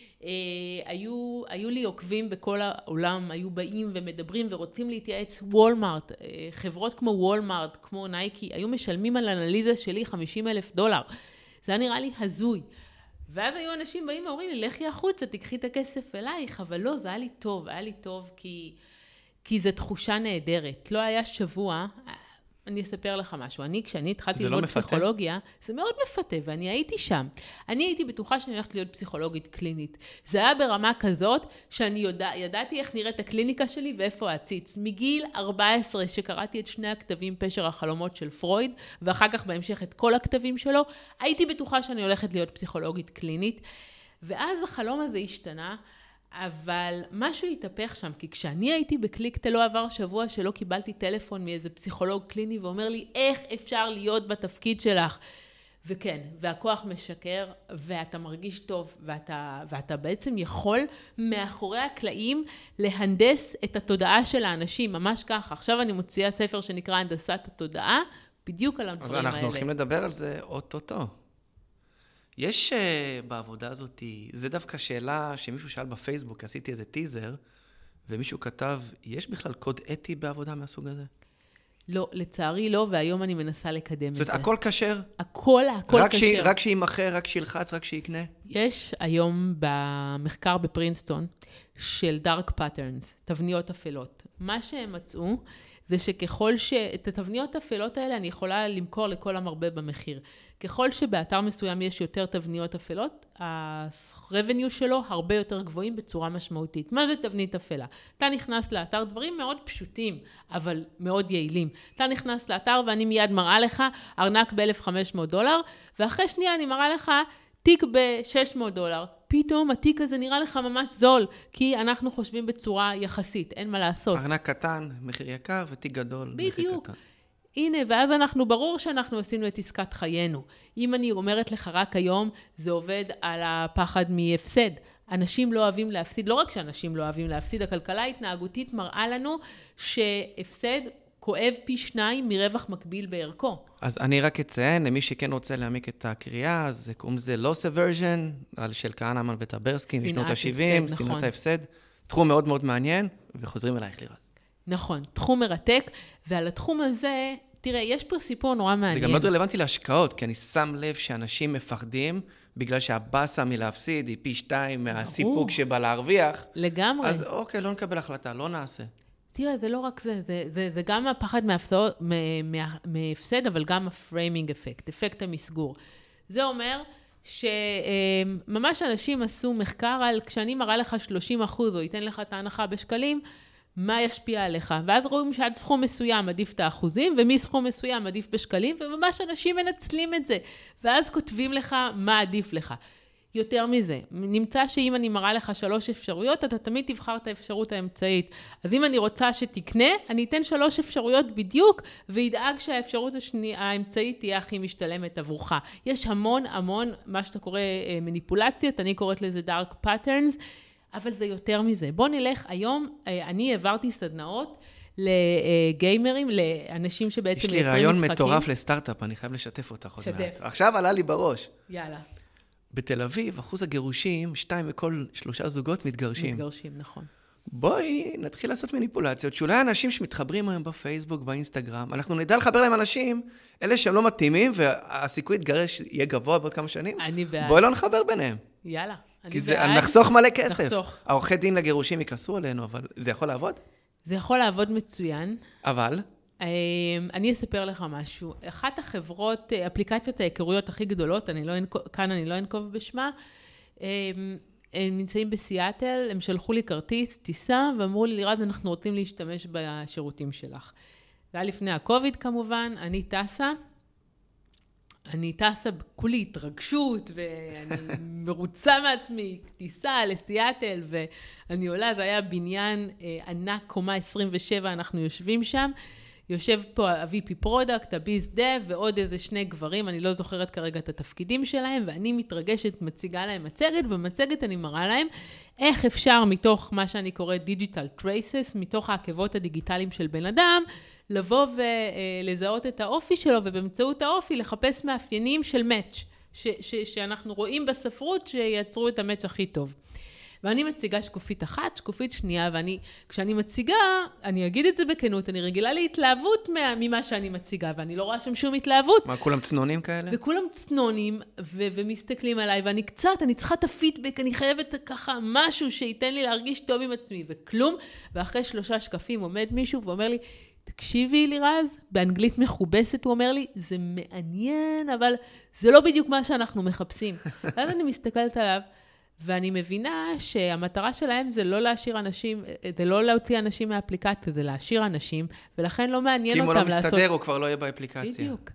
Speaker 2: היו, היו לי עוקבים בכל העולם, היו באים ומדברים ורוצים להתייעץ. וולמארט, חברות כמו וולמארט, כמו נייקי, היו משלמים על אנליזה שלי חמישים אלף דולר. זה היה נראה לי הזוי. ואז היו אנשים באים ואומרים לי, לכי החוצה, תקחי את הכסף אלייך, אבל לא, זה היה לי טוב, היה לי טוב כי, כי זו תחושה נהדרת. לא היה שבוע, אני אספר לך משהו, אני, כשאני התחלתי ללמוד
Speaker 1: לא
Speaker 2: פסיכולוגיה, זה מאוד מפתה, ואני הייתי שם. אני הייתי בטוחה שאני הולכת להיות פסיכולוגית קלינית. זה היה ברמה כזאת, שאני יודע, ידעתי איך נראית הקליניקה שלי ואיפה הציץ. מגיל ארבע עשרה, שקראתי את שני הכתבים פשר החלומות של פרויד, ואחר כך בהמשך את כל הכתבים שלו, הייתי בטוחה שאני הולכת להיות פסיכולוגית קלינית, ואז החלום הזה השתנה, אבל משהו התהפך שם, כי כשאני הייתי בקליקטל לא עבר שבוע שלא קיבלתי טלפון מאיזה פסיכולוג קליני, ואומר לי, איך אפשר להיות בתפקיד שלך? וכן, והכוח משקר, ואתה מרגיש טוב, ואתה, ואתה בעצם יכול מאחורי הקלעים להנדס את התודעה של האנשים, ממש ככה. עכשיו אני מוציאה ספר שנקרא הנדסת התודעה, בדיוק על הדברים האלה.
Speaker 1: אז אנחנו הולכים לדבר על זה אוטוטו. יש uh, בעבודה הזאת, זה דווקא שאלה שמישהו שאל בפייסבוק, עשיתי איזה טיזר, ומישהו כתב, יש בכלל קוד אתי בעבודה מהסוג הזה?
Speaker 2: לא, לצערי לא, והיום אני מנסה לקדם את זה.
Speaker 1: זאת אומרת, הכל כשר?
Speaker 2: הכל, הכל
Speaker 1: רק
Speaker 2: כשר.
Speaker 1: ש... רק שימחר, רק שילחץ, רק שיקנה? יש
Speaker 2: היום במחקר בפרינסטון של דארק פאטרנס, תבניות אפלות. מה שהם מצאו, זה שככל שאת התבניות אפלות האלה אני יכולה למכור לכל המרבה במחיר. ככל שבאתר מסוים יש יותר תבניות אפלות, ה-revenue שלו הרבה יותר גבוהים בצורה משמעותית. מה זה תבנית אפלה? אתה נכנס לאתר, דברים מאוד פשוטים, אבל מאוד יעילים. אתה נכנס לאתר ואני מיד מראה לך ארנק ב-אלף וחמש מאות דולר, ואחרי שנייה אני מראה לך תיק ב-שש מאות דולר. פתאום התיק הזה נראה לך ממש זול, כי אנחנו חושבים בצורה יחסית, אין מה לעשות.
Speaker 1: ארנק קטן, מחיר יקר, ותיק גדול, מחיר קטן.
Speaker 2: בדיוק. הנה, ואז אנחנו, ברור שאנחנו עשינו את עסקת חיינו. אם אני אומרת לך רק היום, זה עובד על הפחד מהפסד. אנשים לא אוהבים להפסיד, לא רק שאנשים לא אוהבים להפסיד, הכלכלה ההתנהגותית מראה לנו שהפסד כואב פי שניים מרווח מקביל בערכו.
Speaker 1: אז אני רק אציין, למי שכן רוצה להעמיק את הקריאה, אז קוראים לזה loss aversion, על של כהנמן וטברסקי, משנות ה-שבעים, שנאת ההפסד. תחום מאוד מאוד מעניין, וחוזרים אלייך לירז.
Speaker 2: נכון, תחום מרתק, ועל התחום הזה, תראה, יש פה סיפור נורא מעניין.
Speaker 1: זה גם מאוד רלוונטי להשקעות, כי אני שם לב שאנשים מפחדים, בגלל שהבאסה מלהפסיד היא פי שתיים מהסיפוק שבא להרוויח.
Speaker 2: לגמרי.
Speaker 1: אז אוקיי, לא נקבל החלטה, לא נעשה.
Speaker 2: תראה, זה לא רק זה, זה, זה, זה גם הפחד מהפסד, אבל גם הפריימינג אפקט, אפקט המסגור. זה אומר שממש אנשים עשו מחקר על, כשאני מראה לך שלושים אחוז, או ייתן לך את ההנחה בשקלים, מה ישפיע עליך? ואז רואים שעד סכום מסוים עדיף את האחוזים, ומסכום מסוים עדיף בשקלים, וממש אנשים מנצלים את זה. ואז כותבים לך מה עדיף לך. יותר מזה, נמצא שאם אני מראה לך שלוש אפשרויות, אתה תמיד תבחר את האפשרות האמצעית. אז אם אני רוצה שתקנה, אני אתן שלוש אפשרויות בדיוק, וידאג שהאפשרות השני, האמצעית תהיה הכי משתלמת עבורך. יש המון המון, מה שאתה קורא מניפולציות, אני קוראת לזה dark patterns, אבל זה יותר מזה. בוא נלך היום, אני העברתי סדנאות לגיימרים, לאנשים שבעצם
Speaker 1: יש לי רעיון מטורף לסטארט-אפ, אני חייב לשתף אותך עוד מעט. עכשיו עלה לי בראש.
Speaker 2: יאללה.
Speaker 1: בתל אביב, אחוז הגירושים, שתיים מכל שלושה זוגות מתגרשים.
Speaker 2: מתגרשים, נכון.
Speaker 1: בואי נתחיל לעשות מניפולציות, שאולי אנשים שמתחברים היום בפייסבוק, באינסטגרם, אנחנו נדע לחבר להם אנשים, אלה שהם לא מתאימים, והסיכוי להתגרש יהיה גבוה בעוד כמה שנים.
Speaker 2: אני בעד.
Speaker 1: בואי לא נחבר ביניהם.
Speaker 2: יאללה, אני
Speaker 1: כי זה,
Speaker 2: בעד.
Speaker 1: נחסוך מלא כסף.
Speaker 2: נחסוך.
Speaker 1: העורכי דין לגירושים יכעסו עלינו, אבל זה יכול לעבוד?
Speaker 2: זה יכול לעבוד מצוין.
Speaker 1: אבל?
Speaker 2: אני אספר לך משהו. אחת החברות, אפליקציות ההיכרויות הכי גדולות, אני לא, כאן אני לא אנקוב בשמה, הם נמצאים בסיאטל, הם שלחו לי כרטיס, טיסה, ואמרו לי, לירד, אנחנו רוצים להשתמש בשירותים שלך. זה היה לפני הקוביד כמובן, אני טסה, אני טסה בכולי התרגשות, ואני מרוצה מעצמי, טיסה לסיאטל, ואני עולה, זה היה בניין ענק, קומה עשרים ושבע, אנחנו יושבים שם, יושב פה ה-וי פי פרודקט, הביז דב, ועוד איזה שני גברים, אני לא זוכרת כרגע את התפקידים שלהם, ואני מתרגשת, מציגה להם מצגת, במצגת אני מראה להם איך אפשר מתוך מה שאני קוראת דיג'יטל טרייסס, מתוך העקבות הדיגיטליים של בן אדם, לבוא ולזהות את האופי שלו, ובאמצעות האופי לחפש מאפיינים של מאץ', ש- ש- שאנחנו רואים בספרות שיצרו את המאץ' הכי טוב. ואני מציגה שקופית אחת, שקופית שנייה, ואני, כשאני מציגה, אני אגיד את זה בכנות, אני רגילה להתלהבות ממה שאני מציגה, ואני לא רואה שם שום התלהבות.
Speaker 1: מה, כולם צנונים כאלה?
Speaker 2: וכולם צנונים, ו- ומסתכלים עליי, ואני קצת, אני צריכה את הפידבק, אני חייבת ככה משהו שייתן לי להרגיש טוב עם עצמי, וכלום, ואחרי שלושה שקפים עומד מישהו ואומר לי, תקשיבי לירז, באנגלית מכובסת הוא אומר לי, זה מעניין, אבל זה לא בדיוק מה שאנחנו מחפשים. ואז אני מסתכלת עליו, ואני מבינה שהמטרה שלהם זה לא להשאיר אנשים, זה לא להוציא אנשים מהאפליקציה, זה להשאיר אנשים, ולכן לא מעניין אותם לעשות...
Speaker 1: כי אם הוא לא מסתדר, הוא כבר לא יהיה באפליקציה.
Speaker 2: בדיוק.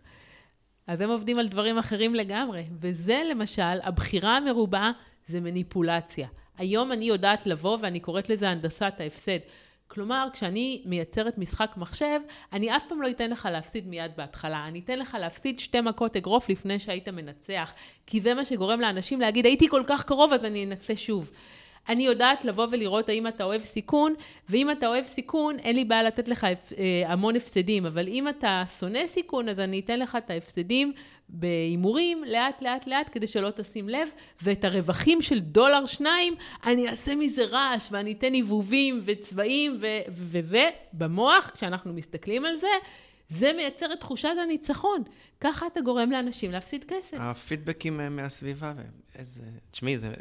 Speaker 2: אז הם עובדים על דברים אחרים לגמרי, וזה למשל, הבחירה המרובה זה מניפולציה. היום אני יודעת לבוא, ואני קוראת לזה הנדסת ההפסד. כלומר, כשאני מייצרת משחק מחשב, אני אף פעם לא אתן לך להפסיד מיד בהתחלה. אני אתן לך להפסיד שתי מכות אגרוף לפני שהיית מנצח. כי זה מה שגורם לאנשים להגיד, הייתי כל כך קרוב, אז אני אנסה שוב. אני יודעת לבוא ולראות האם אתה אוהב סיכון, ואם אתה אוהב סיכון, אין לי בעיה לתת לך המון הפסדים. אבל אם אתה שונא סיכון, אז אני אתן לך את ההפסדים בהימורים, לאט, לאט, לאט, כדי שלא תשים לב, ואת הרווחים של דולר שניים, אני אעשה מזה רעש, ואני אתן עיבובים וצבעים, וזה, במוח, כשאנחנו מסתכלים על זה, זה מייצר את תחושת הניצחון. ככה אתה גורם לאנשים להפסיד כסף.
Speaker 1: הפידבקים מהסביבה, ואיזה... תשמעי, זה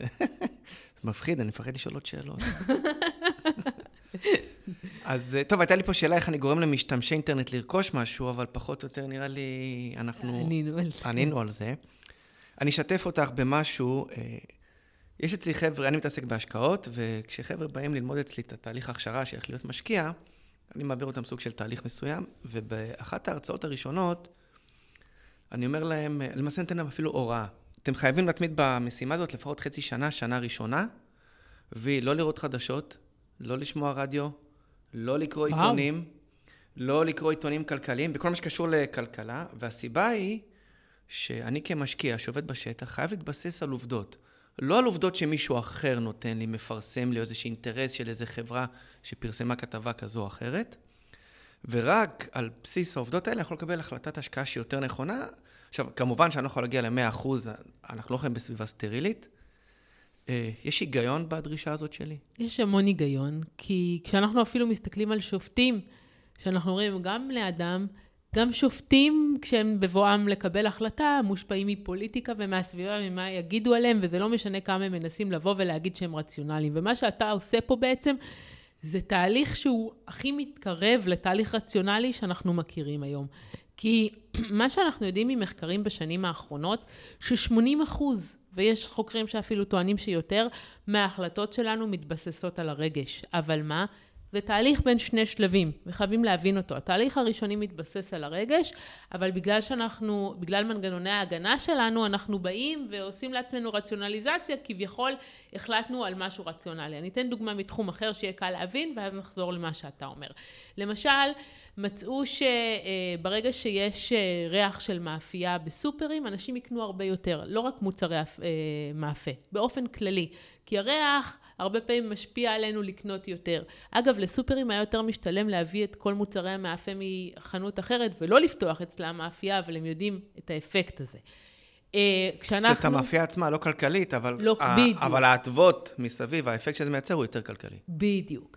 Speaker 1: מפחיד, אני מפחד לשאול עוד שאלות. אז טוב, הייתה לי פה שאלה איך אני גורם למשתמשי אינטרנט לרכוש משהו, אבל פחות או יותר נראה לי, אנחנו...
Speaker 2: ענינו על זה.
Speaker 1: ענינו על זה. אני אשתף אותך במשהו, יש אצלי חבר'ה, אני מתעסק בהשקעות, וכשחבר'ה באים ללמוד אצלי את התהליך ההכשרה שהולך להיות משקיע, אני מעביר אותם סוג של תהליך מסוים, ובאחת ההרצאות הראשונות, אני אומר להם, למעשה נתן להם אפילו הוראה. אתם חייבים להתמיד במשימה הזאת לפחות חצי שנה, שנה ראשונה, ולא לראות חדשות, לא לשמוע רדיו, לא לקרוא וואו. עיתונים, לא לקרוא עיתונים כלכליים, בכל מה שקשור לכלכלה, והסיבה היא שאני כמשקיע שעובד בשטח חייב להתבסס על עובדות. לא על עובדות שמישהו אחר נותן לי, מפרסם לי איזשהו אינטרס של איזו חברה שפרסמה כתבה כזו או אחרת, ורק על בסיס העובדות האלה אנחנו לקבל החלטת השקעה שהיא יותר נכונה. עכשיו, כמובן שאני לא יכול להגיע ל-מאה אחוז, אנחנו לא חיים בסביבה סטרילית. יש היגיון בדרישה הזאת שלי?
Speaker 2: יש המון היגיון, כי כשאנחנו אפילו מסתכלים על שופטים, שאנחנו רואים גם בני אדם, גם שופטים כשהם בבואם לקבל החלטה, מושפעים מפוליטיקה ומהסביבה, ממה יגידו עליהם, וזה לא משנה כמה הם מנסים לבוא ולהגיד שהם רציונליים. ומה שאתה עושה פה בעצם, זה תהליך שהוא הכי מתקרב לתהליך רציונלי שאנחנו מכירים היום. כי מה שאנחנו יודעים ממחקרים בשנים האחרונות, ש-שמונים אחוז, ויש חוקרים שאפילו טוענים שיותר, מההחלטות שלנו מתבססות על הרגש. אבל מה? זה תהליך בין שני שלבים, וחייבים להבין אותו. התהליך הראשוני מתבסס על הרגש, אבל בגלל שאנחנו, בגלל מנגנוני ההגנה שלנו, אנחנו באים ועושים לעצמנו רציונליזציה, כביכול החלטנו על משהו רציונלי. אני אתן דוגמה מתחום אחר שיהיה קל להבין, ואז נחזור למה שאתה אומר. למשל, מצאו שברגע שיש ריח של מאפייה בסופרים, אנשים יקנו הרבה יותר, לא רק מוצרי מאפה, באופן כללי. כי הריח הרבה פעמים משפיע עלינו לקנות יותר. אגב, לסופרים היה יותר משתלם להביא את כל מוצרי המאפה מחנות אחרת, ולא לפתוח אצלה המאפייה, אבל הם יודעים את האפקט הזה.
Speaker 1: כשאנחנו... זאת המאפייה עצמה לא כלכלית, אבל,
Speaker 2: לא,
Speaker 1: ה... אבל העטבות מסביב, האפקט שזה מייצר הוא יותר כלכלי.
Speaker 2: בדיוק.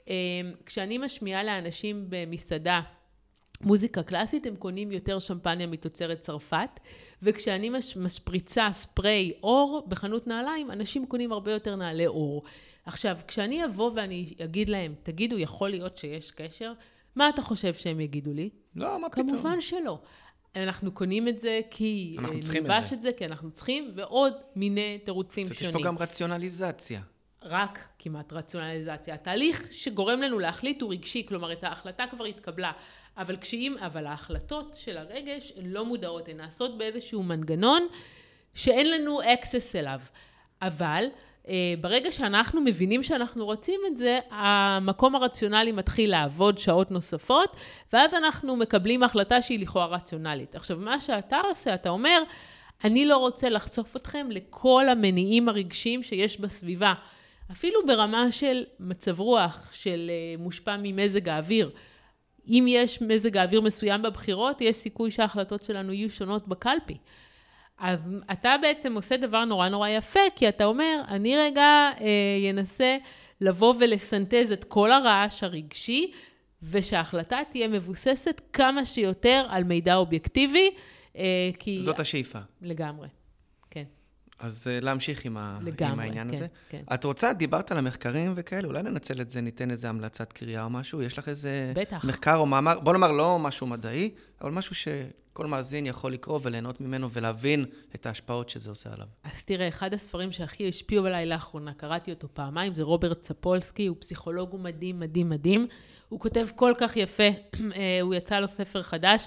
Speaker 2: כשאני משמיעה לאנשים במסעדה מוזיקה קלאסית, הם קונים יותר שמפניה מתוצרת צרפת, וכשאני משפריצה ספרי אור בחנות נעליים, אנשים קונים הרבה יותר נעלי אור. עכשיו, כשאני אבוא ואני אגיד להם, תגידו, יכול להיות שיש קשר? מה אתה חושב שהם יגידו לי?
Speaker 1: לא, מה פתאום?
Speaker 2: כמובן שלא. אנחנו קונים את זה כי נלבש את זה, כי אנחנו צריכים, ועוד מיני תירוצים שונים.
Speaker 1: יש פה גם רציונליזציה.
Speaker 2: רק כמעט רציונליזציה. התהליך שגורם לנו להחליט הוא רגשי, כלומר, את ההחלטה כבר התקבלה. אבל כשאים, אבל ההחלטות של הרגש הן לא מודעות, הן נעשות באיזשהו מנגנון שאין לנו access אליו. אבל ברגע שאנחנו מבינים שאנחנו רוצים את זה, המקום הרציונלי מתחיל לעבוד שעות נוספות, ואז אנחנו מקבלים החלטה שהיא לכאורה רציונלית. עכשיו, מה שאתה עושה, אתה אומר, אני לא רוצה לחשוף אתכם לכל המניעים הרגשיים שיש בסביבה, אפילו ברמה של מצב רוח, של מושפע ממזג האוויר. אם יש מזג האוויר מסוים בבחירות, יש סיכוי שההחלטות שלנו יהיו שונות בקלפי. אז אתה בעצם עושה דבר נורא נורא יפה, כי אתה אומר, אני רגע אה, ינסה לבוא ולסנטז את כל הרעש הרגשי, ושההחלטה תהיה מבוססת כמה שיותר על מידע אובייקטיבי. אה, כי...
Speaker 1: זאת השאיפה.
Speaker 2: לגמרי, כן.
Speaker 1: אז להמשיך עם, ה...
Speaker 2: לגמרי,
Speaker 1: עם העניין
Speaker 2: כן,
Speaker 1: הזה.
Speaker 2: כן.
Speaker 1: את רוצה, דיברת על המחקרים וכאלה, אולי ננצל את זה, ניתן איזה המלצת קריאה או משהו, יש לך איזה
Speaker 2: בטח.
Speaker 1: מחקר או מאמר, בוא נאמר לא משהו מדעי, אבל משהו שכל מאזין יכול לקרוא וליהנות ממנו ולהבין את ההשפעות שזה עושה עליו.
Speaker 2: אז תראה, אחד הספרים שהכי השפיעו עליי לאחרונה, קראתי אותו פעמיים, זה רוברט ספולסקי, הוא פסיכולוג מדהים, מדהים, מדהים. הוא כותב כל כך יפה, הוא יצא לו ספר חדש,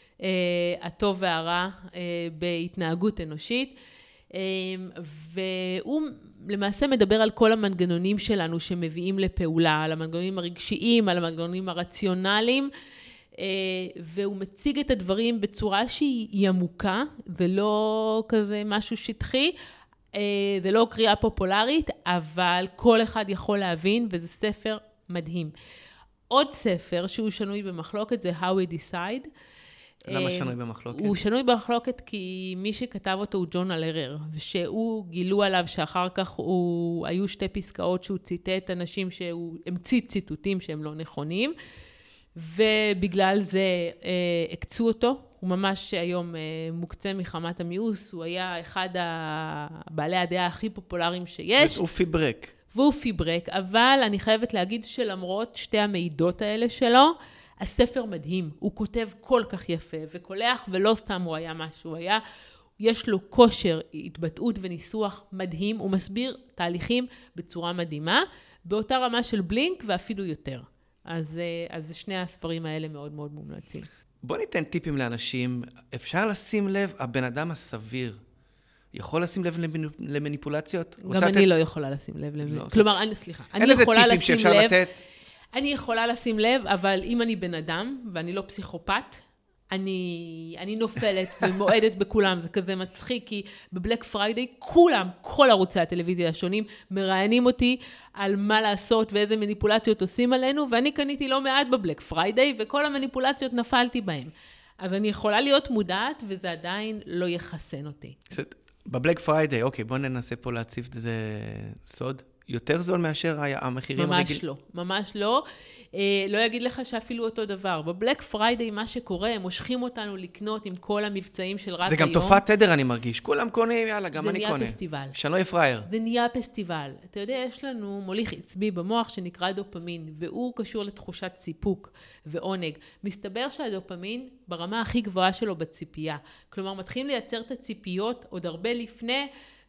Speaker 2: הטוב והרע בהתנהגות אנושית. והוא למעשה מדבר על כל המנגנונים שלנו שמביאים לפעולה, על המנגנונים הרגשיים, על המנגנונים הרציונליים, והוא מציג את הדברים בצורה שהיא עמוקה, זה לא כזה משהו שטחי, זה לא קריאה פופולרית, אבל כל אחד יכול להבין, וזה ספר מדהים. עוד ספר שהוא שנוי במחלוקת זה How We Decide,
Speaker 1: למה שנוי במחלוקת?
Speaker 2: הוא שנוי במחלוקת כי מי שכתב אותו הוא ג'ון אלרר, ושהוא גילו עליו שאחר כך הוא, היו שתי פסקאות שהוא ציטט אנשים שהוא המציא ציטוטים שהם לא נכונים, ובגלל זה אה, הקצו אותו. הוא ממש היום אה, מוקצה מחמת המיאוס, הוא היה אחד הבעלי הדעה הכי פופולריים שיש.
Speaker 1: והוא פיברק.
Speaker 2: והוא פיברק, אבל אני חייבת להגיד שלמרות שתי המידות האלה שלו, הספר מדהים, הוא כותב כל כך יפה וקולח, ולא סתם הוא היה משהו, הוא היה, יש לו כושר, התבטאות וניסוח מדהים, הוא מסביר תהליכים בצורה מדהימה, באותה רמה של בלינק ואפילו יותר. אז, אז שני הספרים האלה מאוד מאוד מומלצים.
Speaker 1: בוא ניתן טיפים לאנשים, אפשר לשים לב, הבן אדם הסביר, יכול לשים לב למניפולציות?
Speaker 2: גם אני לא יכולה לשים לב למניפולציות. כלומר, אני, סליחה, אני יכולה לשים לב... אני יכולה לשים לב, אבל אם אני בן אדם, ואני לא פסיכופת, אני, אני נופלת ומועדת בכולם, זה כזה מצחיק, כי בבלק פריידיי כולם, כל ערוצי הטלוויזיה השונים, מראיינים אותי על מה לעשות ואיזה מניפולציות עושים עלינו, ואני קניתי לא מעט בבלק פריידיי, וכל המניפולציות נפלתי בהם. אז אני יכולה להיות מודעת, וזה עדיין לא יחסן אותי.
Speaker 1: בבלק פריידיי, אוקיי, בוא ננסה פה להציב את זה סוד. יותר זול מאשר המחירים הרגילים?
Speaker 2: ממש לא, ממש לא. אה, לא יגיד לך שאפילו אותו דבר. בבלק פריידיי מה שקורה, הם מושכים אותנו לקנות עם כל המבצעים של רק היום.
Speaker 1: זה גם תופעת תדר אני מרגיש. כולם קונים, יאללה, גם אני קונה.
Speaker 2: זה נהיה פסטיבל.
Speaker 1: שנוי פרייר.
Speaker 2: זה נהיה פסטיבל. אתה יודע, יש לנו מוליך עצבי במוח שנקרא דופמין, והוא קשור לתחושת סיפוק ועונג. מסתבר שהדופמין ברמה הכי גבוהה שלו בציפייה. כלומר, מתחילים לייצר את הציפיות עוד הרבה לפני,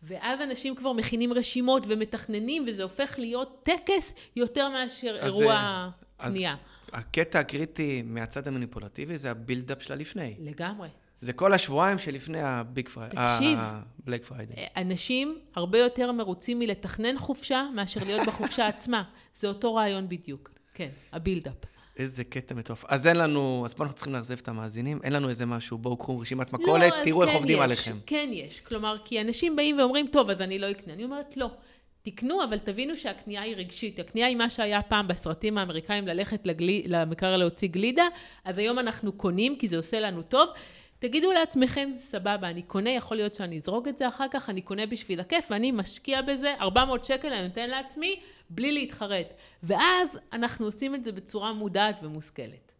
Speaker 2: ואז אנשים כבר מכינים רשימות ומתכננים, וזה הופך להיות טקס יותר מאשר אירוע קנייה.
Speaker 1: הקטע הקריטי מהצד המניפולטיבי זה הבילדאפ שלה לפני.
Speaker 2: לגמרי.
Speaker 1: זה כל השבועיים שלפני הביג פריידי.
Speaker 2: תקשיב.
Speaker 1: הבלק פריידי.
Speaker 2: אנשים הרבה יותר מרוצים מלתכנן חופשה, מאשר להיות בחופשה עצמה. זה אותו רעיון בדיוק. כן, הבילדאפ.
Speaker 1: איזה קטע מטורף. אז אין לנו, אז פה אנחנו צריכים להחזב את המאזינים, אין לנו איזה משהו, בואו קחו רשימת מכולת, לא, תראו איך כן עובדים
Speaker 2: יש,
Speaker 1: עליכם.
Speaker 2: כן יש, כלומר, כי אנשים באים ואומרים, טוב, אז אני לא אקנה. אני אומרת, לא. תקנו, אבל תבינו שהקנייה היא רגשית. הקנייה היא מה שהיה פעם בסרטים האמריקאים ללכת לגלי, למקרר להוציא גלידה, אז היום אנחנו קונים, כי זה עושה לנו טוב. תגידו לעצמכם, סבבה, אני קונה, יכול להיות שאני אזרוג את זה אחר כך, אני קונה בשביל הכיף, ואני משקיע בזה ארבע מאות שקל, אני נותן לעצמי, בלי להתחרט. ואז אנחנו עושים את זה בצורה מודעת ומושכלת.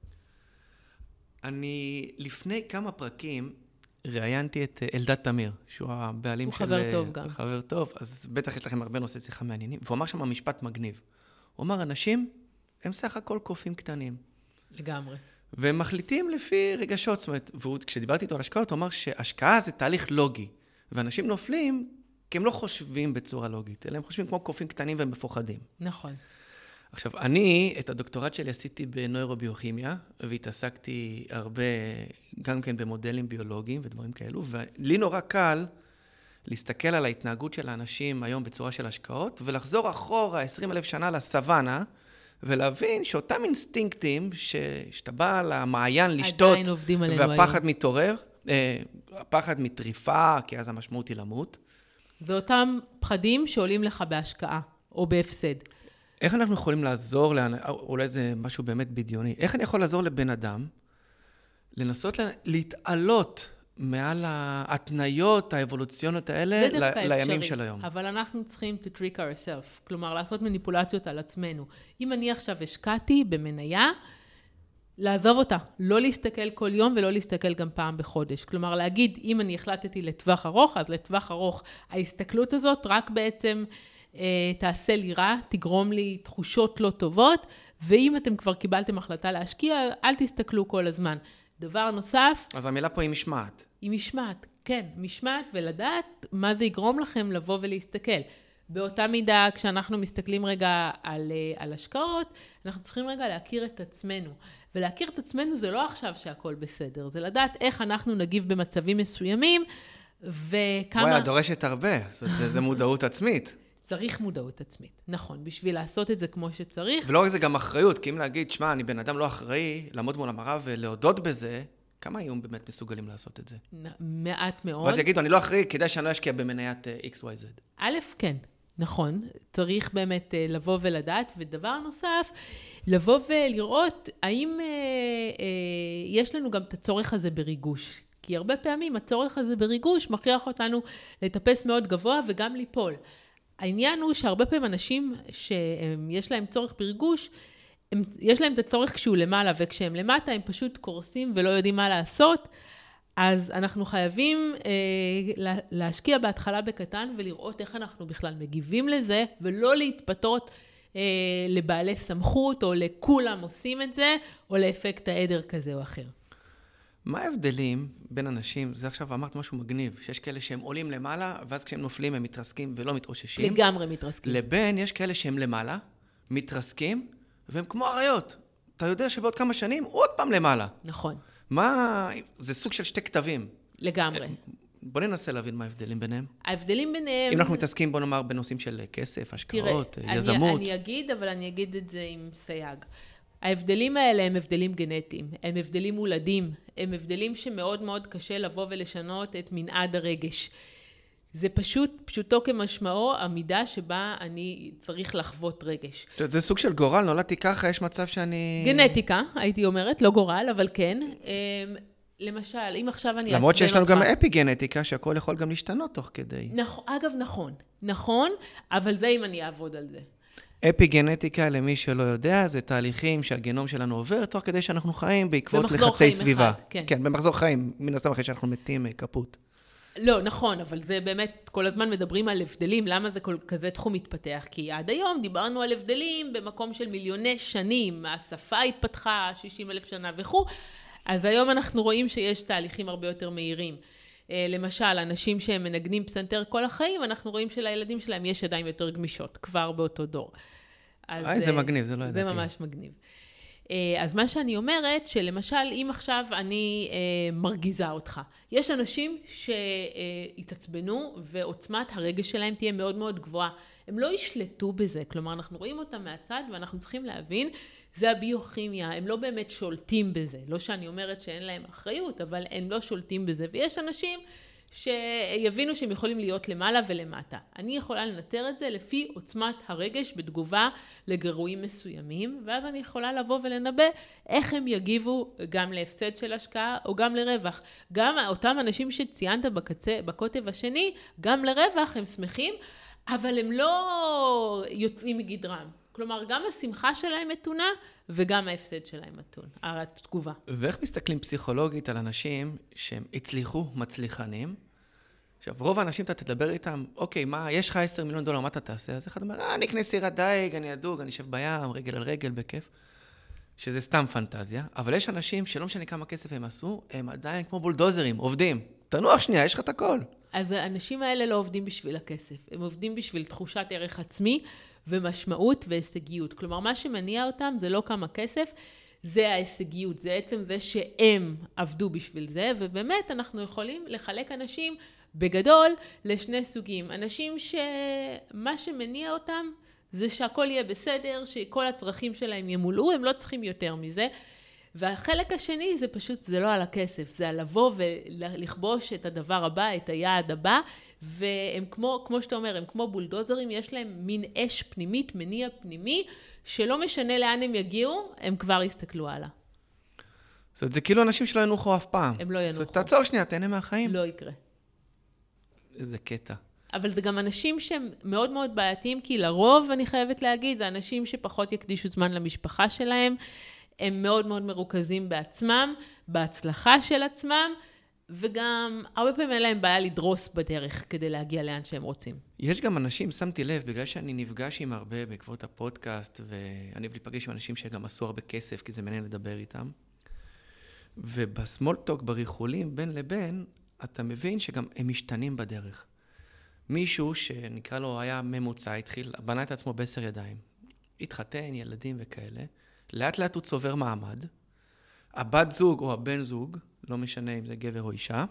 Speaker 1: אני, לפני כמה פרקים, ראיינתי את אלדד תמיר, שהוא הבעלים
Speaker 2: הוא
Speaker 1: של...
Speaker 2: הוא חבר טוב גם.
Speaker 1: חבר טוב, אז בטח יש לכם הרבה נושאי שיחה מעניינים, והוא אמר שם משפט מגניב. הוא אמר, אנשים, הם סך הכל קופים קטנים.
Speaker 2: לגמרי.
Speaker 1: והם מחליטים לפי רגשות, זאת אומרת, וכשדיברתי איתו על השקעות, הוא אמר שהשקעה זה תהליך לוגי, ואנשים נופלים כי הם לא חושבים בצורה לוגית, אלא הם חושבים כמו קופים קטנים והם מפוחדים.
Speaker 2: נכון.
Speaker 1: עכשיו, אני את הדוקטורט שלי עשיתי בנוירוביוכימיה, והתעסקתי הרבה גם כן במודלים ביולוגיים ודברים כאלו, ולי נורא קל להסתכל על ההתנהגות של האנשים היום בצורה של השקעות, ולחזור אחורה עשרים אלף שנה לסוואנה, ולהבין שאותם אינסטינקטים, שאתה בא למעיין לשתות, והפחד מתעורר, הפחד מטריפה, כי אז המשמעות היא למות.
Speaker 2: ואותם פחדים שעולים לך בהשקעה, או בהפסד.
Speaker 1: איך אנחנו יכולים לעזור, אולי זה משהו באמת בדיוני, איך אני יכול לעזור לבן אדם, לנסות להתעלות מעל ההתניות האבולוציוניות האלה לימים של היום.
Speaker 2: אבל אנחנו צריכים to trick ourselves, כלומר לעשות מניפולציות על עצמנו. אם אני עכשיו השקעתי במניה, לעזוב אותה, לא להסתכל כל יום ולא להסתכל גם פעם בחודש. כלומר להגיד, אם אני החלטתי לטווח ארוך, אז לטווח ארוך ההסתכלות הזאת רק בעצם אה, תעשה לי רע, תגרום לי תחושות לא טובות, ואם אתם כבר קיבלתם החלטה להשקיע, אל תסתכלו כל הזמן. דבר נוסף...
Speaker 1: אז המילה פה היא משמעת.
Speaker 2: היא משמעת, כן, משמעת ולדעת מה זה יגרום לכם לבוא ולהסתכל. באותה מידה, כשאנחנו מסתכלים רגע על, על השקעות, אנחנו צריכים רגע להכיר את עצמנו. ולהכיר את עצמנו זה לא עכשיו שהכל בסדר, זה לדעת איך אנחנו נגיב במצבים מסוימים, וכמה...
Speaker 1: וואי, את דורשת הרבה, זה, זה מודעות עצמית.
Speaker 2: צריך מודעות עצמית, נכון, בשביל לעשות את זה כמו שצריך.
Speaker 1: ולא רק זה גם אחריות, כי אם להגיד, שמה, אני בן אדם לא אחראי, לעמוד מול המראה ולהודות בזה, כמה היום באמת מסוגלים לעשות את זה?
Speaker 2: מעט מאוד.
Speaker 1: ואז יגידו, אני לא אחראי, כדאי שאני לא אשקיע במניית אקס וואי זד.
Speaker 2: א', כן, נכון, צריך באמת לבוא ולדעת, ודבר נוסף, לבוא ולראות האם אה, אה, יש לנו גם את הצורך הזה בריגוש. כי הרבה פעמים הצורך הזה בריגוש מכריח אותנו לטפס מאוד גבוה וגם ליפול. העניין הוא שהרבה פעמים אנשים שיש להם צורך בריגוש, הם, יש להם את הצורך כשהוא למעלה, וכשהם למטה הם פשוט קורסים ולא יודעים מה לעשות, אז אנחנו חייבים אה, להשקיע בהתחלה בקטן, ולראות איך אנחנו בכלל מגיבים לזה, ולא להתפתות אה, לבעלי סמכות, או לכולם עושים את זה, או לאפקט העדר כזה או אחר.
Speaker 1: מה ההבדלים בין אנשים, זה עכשיו אמרת משהו מגניב, שיש כאלה שהם עולים למעלה, ואז כשהם נופלים הם מתרסקים ולא מתאוששים.
Speaker 2: לגמרי מתרסקים.
Speaker 1: לבין יש כאלה שהם למעלה, מתרסקים, והם כמו אריות. אתה יודע שבעוד כמה שנים, עוד פעם למעלה.
Speaker 2: נכון.
Speaker 1: מה, זה סוג של שתי כתבים.
Speaker 2: לגמרי.
Speaker 1: בוא ננסה להבין מה ההבדלים ביניהם.
Speaker 2: ההבדלים ביניהם...
Speaker 1: אם אנחנו מתעסקים, בוא נאמר, בנושאים של כסף, השקעות,
Speaker 2: תראה,
Speaker 1: יזמות.
Speaker 2: אני, אני אגיד, אבל אני אגיד את זה עם סייג. ההבדלים האלה הם הבדלים גנטיים, הם הבדלים מולדים, הם הבדלים שמאוד מאוד קשה לבוא ולשנות את מנעד הרגש. זה פשוט, פשוטו כמשמעו, המידה שבה אני צריך לחוות רגש.
Speaker 1: זה סוג של גורל, נולדתי ככה, יש מצב שאני...
Speaker 2: גנטיקה, הייתי אומרת, לא גורל, אבל כן. למשל, אם עכשיו אני...
Speaker 1: למרות שיש לנו גם אפי גנטיקה, שהכל יכול גם להשתנות תוך כדי.
Speaker 2: נכון, אגב, נכון. נכון, אבל זה אם אני אעבוד על זה.
Speaker 1: אפי גנטיקה, למי שלא יודע, זה תהליכים שהגנום שלנו עובר, תוך כדי שאנחנו חיים בעקבות לחצי סביבה.
Speaker 2: אחד, כן.
Speaker 1: כן, במחזור חיים, מן הסתם אחרי שאנחנו מתים כפות.
Speaker 2: לא, נכון, אבל זה באמת, כל הזמן מדברים על הבדלים, למה זה כל, כזה תחום מתפתח? כי עד היום דיברנו על הבדלים במקום של מיליוני שנים, השפה התפתחה שישים אלף שנה וכו', אז היום אנחנו רואים שיש תהליכים הרבה יותר מהירים. למשל, אנשים שהם מנגנים פסנתר כל החיים, אנחנו רואים שלילדים שלהם יש ידיים יותר גמישות, כבר באותו דור.
Speaker 1: איי, זה מגניב, זה לא ידעתי.
Speaker 2: זה ממש מגניב. אז מה שאני אומרת, שלמשל, אם עכשיו אני אה, מרגיזה אותך, יש אנשים שהתעצבנו ועוצמת הרגש שלהם תהיה מאוד מאוד גבוהה. הם לא ישלטו בזה, כלומר, אנחנו רואים אותם מהצד ואנחנו צריכים להבין, זה הביוכימיה, הם לא באמת שולטים בזה. לא שאני אומרת שאין להם אחריות, אבל הם לא שולטים בזה. ויש אנשים שיבינו שהם יכולים להיות למעלה ולמטה. אני יכולה לנטר את זה לפי עוצמת הרגש בתגובה לגירויים מסוימים, ואז אני יכולה לבוא ולנבא איך הם יגיבו גם להפסד של השקעה או גם לרווח. גם אותם אנשים שציינת בקצה, בקוטב השני, גם לרווח הם שמחים, אבל הם לא יוצאים מגדרם. כלומר, גם השמחה שלהם מתונה, וגם ההפסד שלהם מתון, התגובה.
Speaker 1: ואיך מסתכלים פסיכולוגית על אנשים שהם הצליחו, מצליחנים? עכשיו, רוב האנשים אתה תדבר איתם, אוקיי, מה, יש לך עשרה מיליון דולר, מה אתה תעשה? אז אחד אומר, אה, אני אקנה סירת דייג, אני אדוג, אני אשב בים, רגל על רגל, בכיף. שזה סתם פנטזיה. אבל יש אנשים שלא משנה כמה כסף הם עשו, הם עדיין כמו בולדוזרים, עובדים. תנוח שנייה, יש לך את הכל.
Speaker 2: אז האנשים האלה לא עובדים בשביל הכסף. הם עובדים בשביל תחושת ערך עצמי, ומשמעות והישגיות. כלומר, מה שמניע אותם זה לא כמה כסף, זה ההישגיות, זה עצם זה שהם עבדו בשביל זה, ובאמת אנחנו יכולים לחלק אנשים בגדול לשני סוגים. אנשים שמה שמניע אותם זה שהכל יהיה בסדר, שכל הצרכים שלהם ימולאו, הם לא צריכים יותר מזה. והחלק השני זה פשוט, זה לא על הכסף, זה על לבוא ולכבוש את הדבר הבא, את היעד הבא, והם כמו, כמו שאתה אומר, הם כמו בולדוזרים, יש להם מין אש פנימית, מניע פנימי, שלא משנה לאן הם יגיעו, הם כבר יסתכלו הלאה.
Speaker 1: זאת אומרת, זה כאילו אנשים שלא ינוחו אף פעם.
Speaker 2: הם לא ינוחו.
Speaker 1: זאת אומרת, תעצור שנייה, תהנה מהחיים.
Speaker 2: לא יקרה.
Speaker 1: איזה קטע.
Speaker 2: אבל זה גם אנשים שהם מאוד מאוד בעייתיים, כי לרוב, אני חייבת להגיד, זה אנשים שפחות יקדישו זמן למשפחה שלהם, הם מאוד מאוד מרוכזים בעצמם, בהצלחה של עצמם, וגם הרבה פעמים אין להם בעיה לדרוס בדרך כדי להגיע לאן שהם רוצים.
Speaker 1: יש גם אנשים, שמתי לב, בגלל שאני נפגש עם הרבה בעקבות הפודקאסט, ואני אפגש עם אנשים שגם עשו הרבה כסף, כי זה מעניין לדבר איתם, ובסמולטוק, בריחולים, בין לבין, אתה מבין שגם הם משתנים בדרך. מישהו שנקרא לו היה ממוצע, התחיל, בנה את עצמו בעשר ידיים, התחתן, ילדים וכאלה, לאט לאט הוא צובר מעמד, הבת זוג או הבן זוג, לא משנה אם זה גבר או אישה,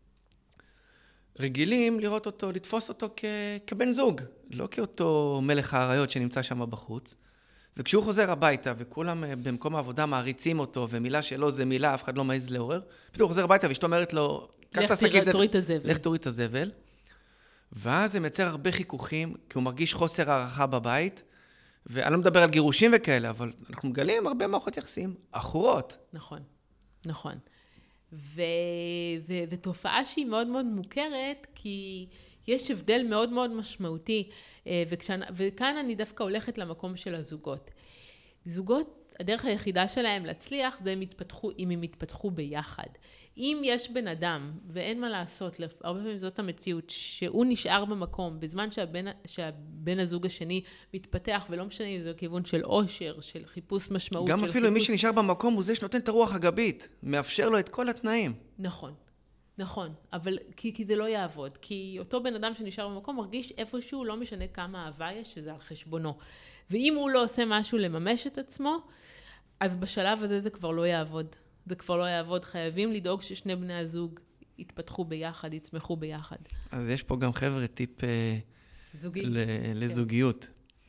Speaker 1: רגילים לראות אותו, לתפוס אותו כ... כבן זוג, לא כאותו מלך האריות שנמצא שם בחוץ, וכשהוא חוזר הביתה וכולם במקום העבודה מעריצים אותו, ומילה שלו זה מילה, אף אחד לא מעז לעורר, פתאום הוא חוזר הביתה ואשתו אומרת לו,
Speaker 2: לך תוריד את הזבל.
Speaker 1: לך תוריד את הזבל, ואז זה מייצר הרבה חיכוכים, כי הוא מרגיש חוסר הערכה בבית, ואני לא מדבר על גירושים וכאלה, אבל אנחנו מגלים הרבה מערכות יחסים, אחרות.
Speaker 2: נכון, נכון. ו... ו... ותופעה שהיא מאוד מאוד מוכרת, כי יש הבדל מאוד מאוד משמעותי, וכשאנ... וכאן אני דווקא הולכת למקום של הזוגות. זוגות, הדרך היחידה שלהם להצליח, זה הם יתפתחו, אם הם יתפתחו ביחד. אם יש בן אדם, ואין מה לעשות, הרבה פעמים זאת המציאות, שהוא נשאר במקום, בזמן שהבן, שהבן הזוג השני מתפתח, ולא משנה אם זה כיוון של עושר, של חיפוש משמעות.
Speaker 1: גם אפילו
Speaker 2: חיפוש...
Speaker 1: מי שנשאר במקום הוא זה שנותן את הרוח הגבית, מאפשר לו את כל התנאים.
Speaker 2: נכון, נכון, אבל כי, כי זה לא יעבוד, כי אותו בן אדם שנשאר במקום מרגיש איפשהו, לא משנה כמה אהבה יש, שזה על חשבונו. ואם הוא לא עושה משהו לממש את עצמו, אז בשלב הזה זה כבר לא יעבוד. זה כבר לא יעבוד. חייבים לדאוג ששני בני הזוג יתפתחו ביחד, יצמחו ביחד.
Speaker 1: אז יש פה גם חבר'ה טיפ
Speaker 2: זוגי.
Speaker 1: ל-
Speaker 2: כן.
Speaker 1: לזוגיות.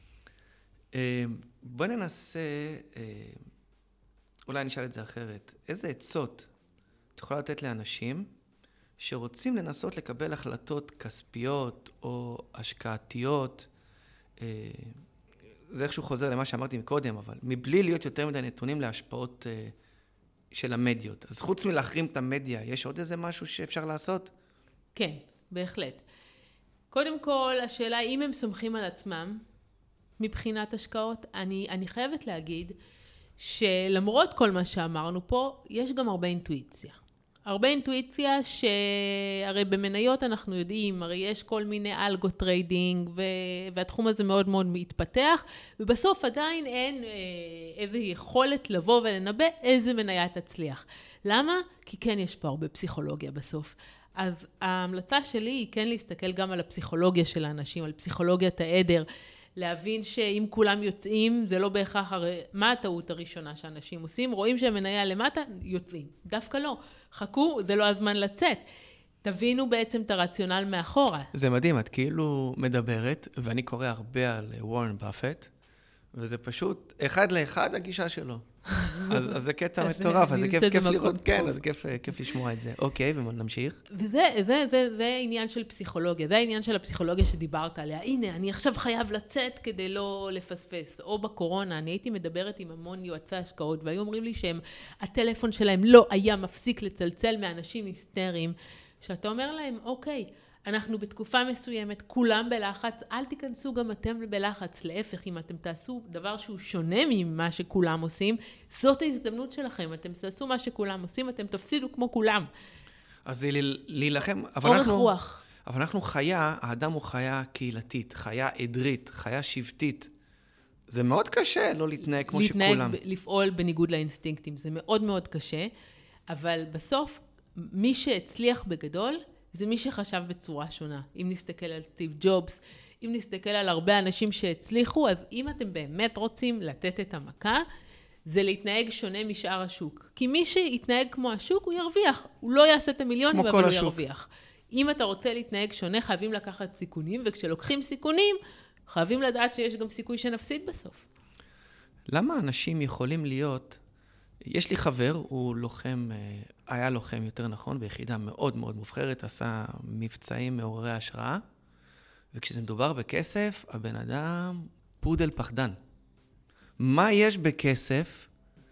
Speaker 1: בוא ננסה, אולי נשאל את זה אחרת. איזה עצות את יכולה לתת לאנשים שרוצים לנסות לקבל החלטות כספיות או השקעתיות, זה איכשהו חוזר למה שאמרתי מקודם, אבל מבלי להיות יותר מדי נתונים להשפעות של המדיות. אז חוץ מלהחרים את המדיה, יש עוד איזה משהו שאפשר לעשות?
Speaker 2: כן, בהחלט. קודם כל, השאלה היא אם הם סומכים על עצמם מבחינת השקעות. אני, אני חייבת להגיד שלמרות כל מה שאמרנו פה, יש גם הרבה אינטואיציה. הרבה אינטואיציה שהרי במניות אנחנו יודעים, הרי יש כל מיני אלגו טריידינג, והתחום הזה מאוד מאוד מתפתח, ובסוף עדיין אין איזו יכולת לבוא ולנבא איזה מניה תצליח. למה? כי כן יש פה הרבה פסיכולוגיה בסוף. אז ההמלצה שלי היא כן להסתכל גם על הפסיכולוגיה של האנשים, על פסיכולוגיית העדר, להבין שאם כולם יוצאים, זה לא בהכרח, הרי מה הטעות הראשונה שאנשים עושים? רואים שהמניה למטה, יוצאים. דווקא לא. חכו, זה לא הזמן לצאת. תבינו בעצם את הרציונל מאחורה.
Speaker 1: זה מדהים, את כאילו מדברת, ואני קורא הרבה על וורן באפט, וזה פשוט אחד לאחד הגישה שלו. אז, אז זה קטע מטורף, אז זה כיף, כיף לראות, כן, אז כיף, כיף לשמוע את זה. אוקיי, ונמשיך.
Speaker 2: וזה, זה, זה, זה העניין של פסיכולוגיה, זה העניין של הפסיכולוגיה שדיברת עליה. הנה, אני עכשיו חייב לצאת כדי לא לפספס. או בקורונה, אני הייתי מדברת עם המון יועצי השקעות, והיו אומרים לי שהם, הטלפון שלהם לא היה מפסיק לצלצל מאנשים היסטריים, שאתה אומר להם, אוקיי, אנחנו בתקופה מסוימת, כולם בלחץ, אל תיכנסו גם אתם בלחץ, להפך, אם אתם תעשו דבר שהוא שונה ממה שכולם עושים, זאת ההזדמנות שלכם, אתם תעשו מה שכולם עושים, אתם תפסידו כמו כולם.
Speaker 1: אז זה להילחם, אבל
Speaker 2: אורך
Speaker 1: אנחנו,
Speaker 2: רוח.
Speaker 1: אבל אנחנו חיה, האדם הוא חיה קהילתית, חיה עדרית, חיה שבטית. זה מאוד קשה לא להתנהג כמו
Speaker 2: להתנהג,
Speaker 1: שכולם.
Speaker 2: לפעול בניגוד לאינסטינקטים, זה מאוד מאוד קשה, אבל בסוף, מי שהצליח בגדול, זה מי שחשב בצורה שונה. אם נסתכל על סטיב ג'ובס, אם נסתכל על הרבה אנשים שהצליחו, אז אם אתם באמת רוצים לתת את המכה, זה להתנהג שונה משאר השוק. כי מי שיתנהג כמו השוק, הוא ירוויח. הוא לא יעשה את המיליון, אבל הוא ירוויח. אם אתה רוצה להתנהג שונה, חייבים לקחת סיכונים, וכשלוקחים סיכונים, חייבים לדעת שיש גם סיכוי שנפסיד בסוף.
Speaker 1: למה אנשים יכולים להיות... יש לי חבר, הוא לוחם, היה לוחם יותר נכון, ביחידה מאוד מאוד מובחרת, עשה מבצעים מעוררי השראה, וכשזה מדובר בכסף, הבן אדם פודל פחדן. מה יש בכסף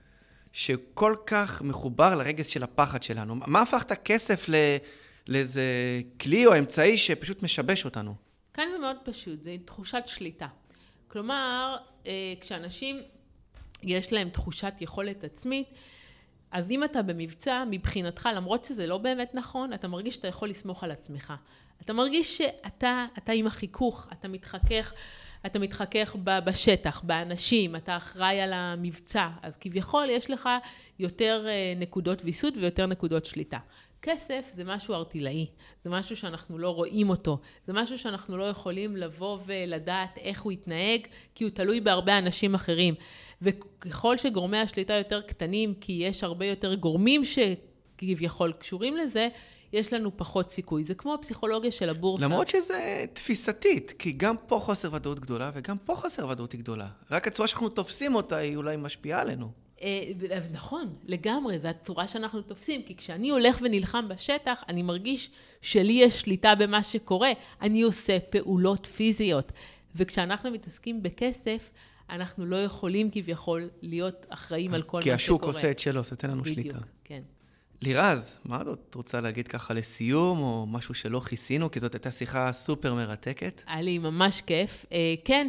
Speaker 1: שכל כך מחובר לרגש של הפחד שלנו? מה הפך את הכסף לאיזה כלי או אמצעי שפשוט משבש אותנו?
Speaker 2: כאן זה מאוד פשוט, זה תחושת שליטה. כלומר, כשאנשים... יש להם תחושת יכולת עצמית, אז אם אתה במבצע, מבחינתך, למרות שזה לא באמת נכון, אתה מרגיש שאתה יכול לסמוך על עצמך. אתה מרגיש שאתה אתה עם החיכוך, אתה מתחכך, אתה מתחכך בשטח, באנשים, אתה אחראי על המבצע, אז כביכול יש לך יותר נקודות ויסות ויותר נקודות שליטה. כסף זה משהו ארטילאי, זה משהו שאנחנו לא רואים אותו, זה משהו שאנחנו לא יכולים לבוא ולדעת איך הוא יתנהג, כי הוא תלוי בהרבה אנשים אחרים. וככל שגורמי השליטה יותר קטנים, כי יש הרבה יותר גורמים שכביכול קשורים לזה, יש לנו פחות סיכוי. זה כמו הפסיכולוגיה של הבורסה.
Speaker 1: למרות שזה תפיסתית, כי גם פה חוסר ודאות גדולה, וגם פה חוסר ודאות גדולה. רק הצורה שאנחנו תופסים אותה היא אולי משפיעה עלינו.
Speaker 2: נכון, לגמרי, זו הצורה שאנחנו תופסים, כי כשאני הולך ונלחם בשטח, אני מרגיש שלי יש שליטה במה שקורה, אני עושה פעולות פיזיות, וכשאנחנו מתעסקים בכסף, אנחנו לא יכולים כביכול להיות אחראים על כל מה שקורה.
Speaker 1: כי השוק עושה את שלו, זה תן לנו שליטה.
Speaker 2: בדיוק, כן.
Speaker 1: לירז, מה את רוצה להגיד ככה לסיום, או משהו שלא כיסינו, כי זאת הייתה שיחה סופר מרתקת?
Speaker 2: היה לי ממש כיף. כן,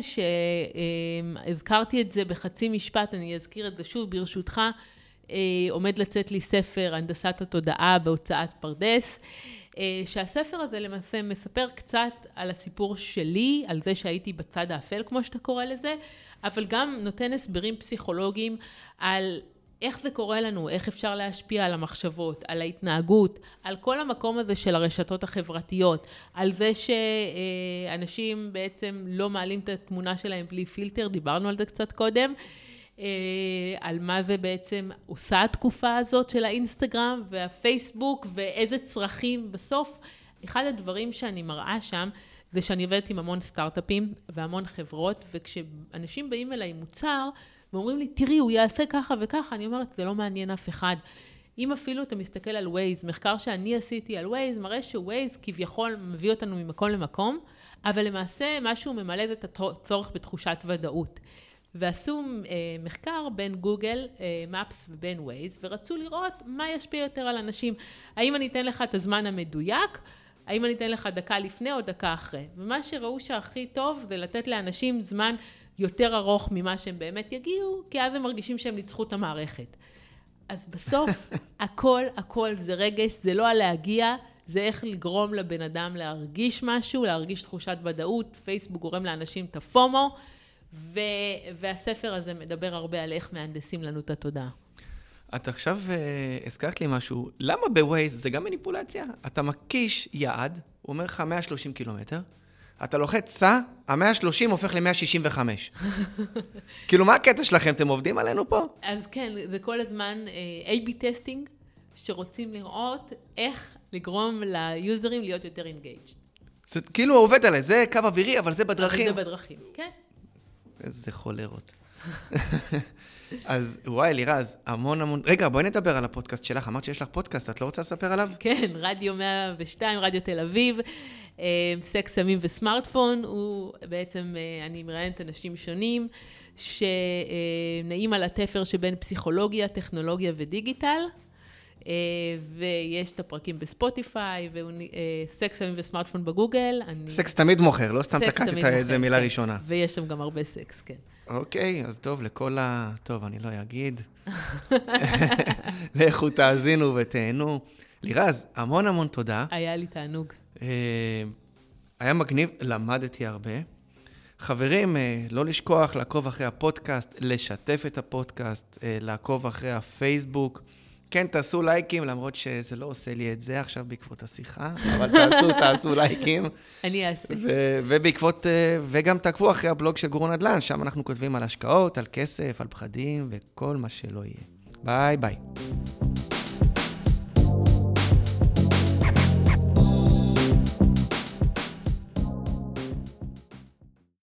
Speaker 2: שהזכרתי את זה בחצי משפט, אני אזכיר את זה שוב ברשותך, עומד לצאת לי ספר הנדסת התודעה בהוצאת פרדס, שהספר הזה למעשה מספר קצת על הסיפור שלי, על זה שהייתי בצד האפל, כמו שאתה קורא לזה, אבל גם נותן הסברים פסיכולוגיים על איך זה קורה לנו, איך אפשר להשפיע על המחשבות, על ההתנהגות, על כל המקום הזה של הרשתות החברתיות, על זה שאנשים בעצם לא מעלים את התמונה שלהם בלי פילטר, דיברנו על זה קצת קודם, על מה זה בעצם עושה התקופה הזאת של האינסטגרם והפייסבוק ואיזה צרכים בסוף. אחד הדברים שאני מראה שם זה שאני עובדת עם המון סטארט-אפים והמון חברות, וכשאנשים באים אליי מוצר ואומרים לי, תראי, הוא יעשה ככה וככה, אני אומרת, זה לא מעניין אף אחד. אם אפילו אתה מסתכל על ווייז, מחקר שאני עשיתי על ווייז, מראה שווייז כביכול מביא אותנו ממקום למקום, אבל למעשה משהו ממלא את הצורך בתחושת ודאות. ועשו אה, מחקר בין גוגל, אה, מפס ובין ווייז, ורצו לראות מה ישפיע יותר על אנשים. האם אני אתן לך את הזמן המדויק, האם אני אתן לך דקה לפני או דקה אחרי. ומה שראו שהכי טוב זה לתת לאנשים זמן יותר ארוך ממה שהם באמת יגיעו, כי אז הם מרגישים שהם ניצחו את המערכת. אז בסוף, הכל, הכל זה רגש, זה לא הלהגיע, זה איך לגרום לבן אדם להרגיש משהו, להרגיש תחושת ודאות. פייסבוק גורם לאנשים את הפומו, ו- והספר הזה מדבר הרבה על איך מהנדסים לנו את התודעה.
Speaker 1: את עכשיו uh, הזכרת לי משהו, למה בווייז זה גם מניפולציה? אתה מקיש יעד, הוא אומר לך מאה ושלושים קילומטר, אתה לוחץ סע, ה-מאה ושלושים הופך ל-מאה שישים וחמש. כאילו, מה הקטע שלכם? אתם עובדים עלינו פה?
Speaker 2: אז כן, זה כל הזמן איי בי טסטינג, שרוצים לראות איך לגרום ליוזרים להיות יותר engaged.
Speaker 1: זאת כאילו הוא עובד עליי, זה קו אווירי, אבל זה בדרכים.
Speaker 2: אבל זה בדרכים, כן.
Speaker 1: איזה חולרות. אז וואי, לירז, המון המון... רגע, בואי נדבר על הפודקאסט שלך. אמרת שיש לך פודקאסט, את לא רוצה לספר עליו?
Speaker 2: כן, רדיו מאה ושתיים, רדיו תל אביב, סקס, סמים וסמארטפון. הוא בעצם, אני מראיינת אנשים שונים, שנעים על התפר שבין פסיכולוגיה, טכנולוגיה ודיגיטל. ויש את הפרקים בספוטיפיי, וסקס, סמים וסמארטפון בגוגל.
Speaker 1: סקס תמיד מוכר, לא סתם תקעת את זה מילה ראשונה.
Speaker 2: ויש שם גם הרבה סקס, כן.
Speaker 1: אוקיי, אז טוב, לכל ה... טוב, אני לא אגיד. לכו תאזינו ותהנו. לירז, המון המון תודה.
Speaker 2: היה לי תענוג.
Speaker 1: היה מגניב, למדתי הרבה. חברים, לא לשכוח לעקוב אחרי הפודקאסט, לשתף את הפודקאסט, לעקוב אחרי הפייסבוק. כן, תעשו לייקים, למרות שזה לא עושה לי את זה עכשיו בעקבות השיחה, אבל תעשו, תעשו לייקים.
Speaker 2: אני אעשה.
Speaker 1: ובעקבות, וגם תעקבו אחרי הבלוג של גורו נדל"ן, שם אנחנו כותבים על השקעות, על כסף, על פחדים, וכל מה שלא יהיה. ביי ביי.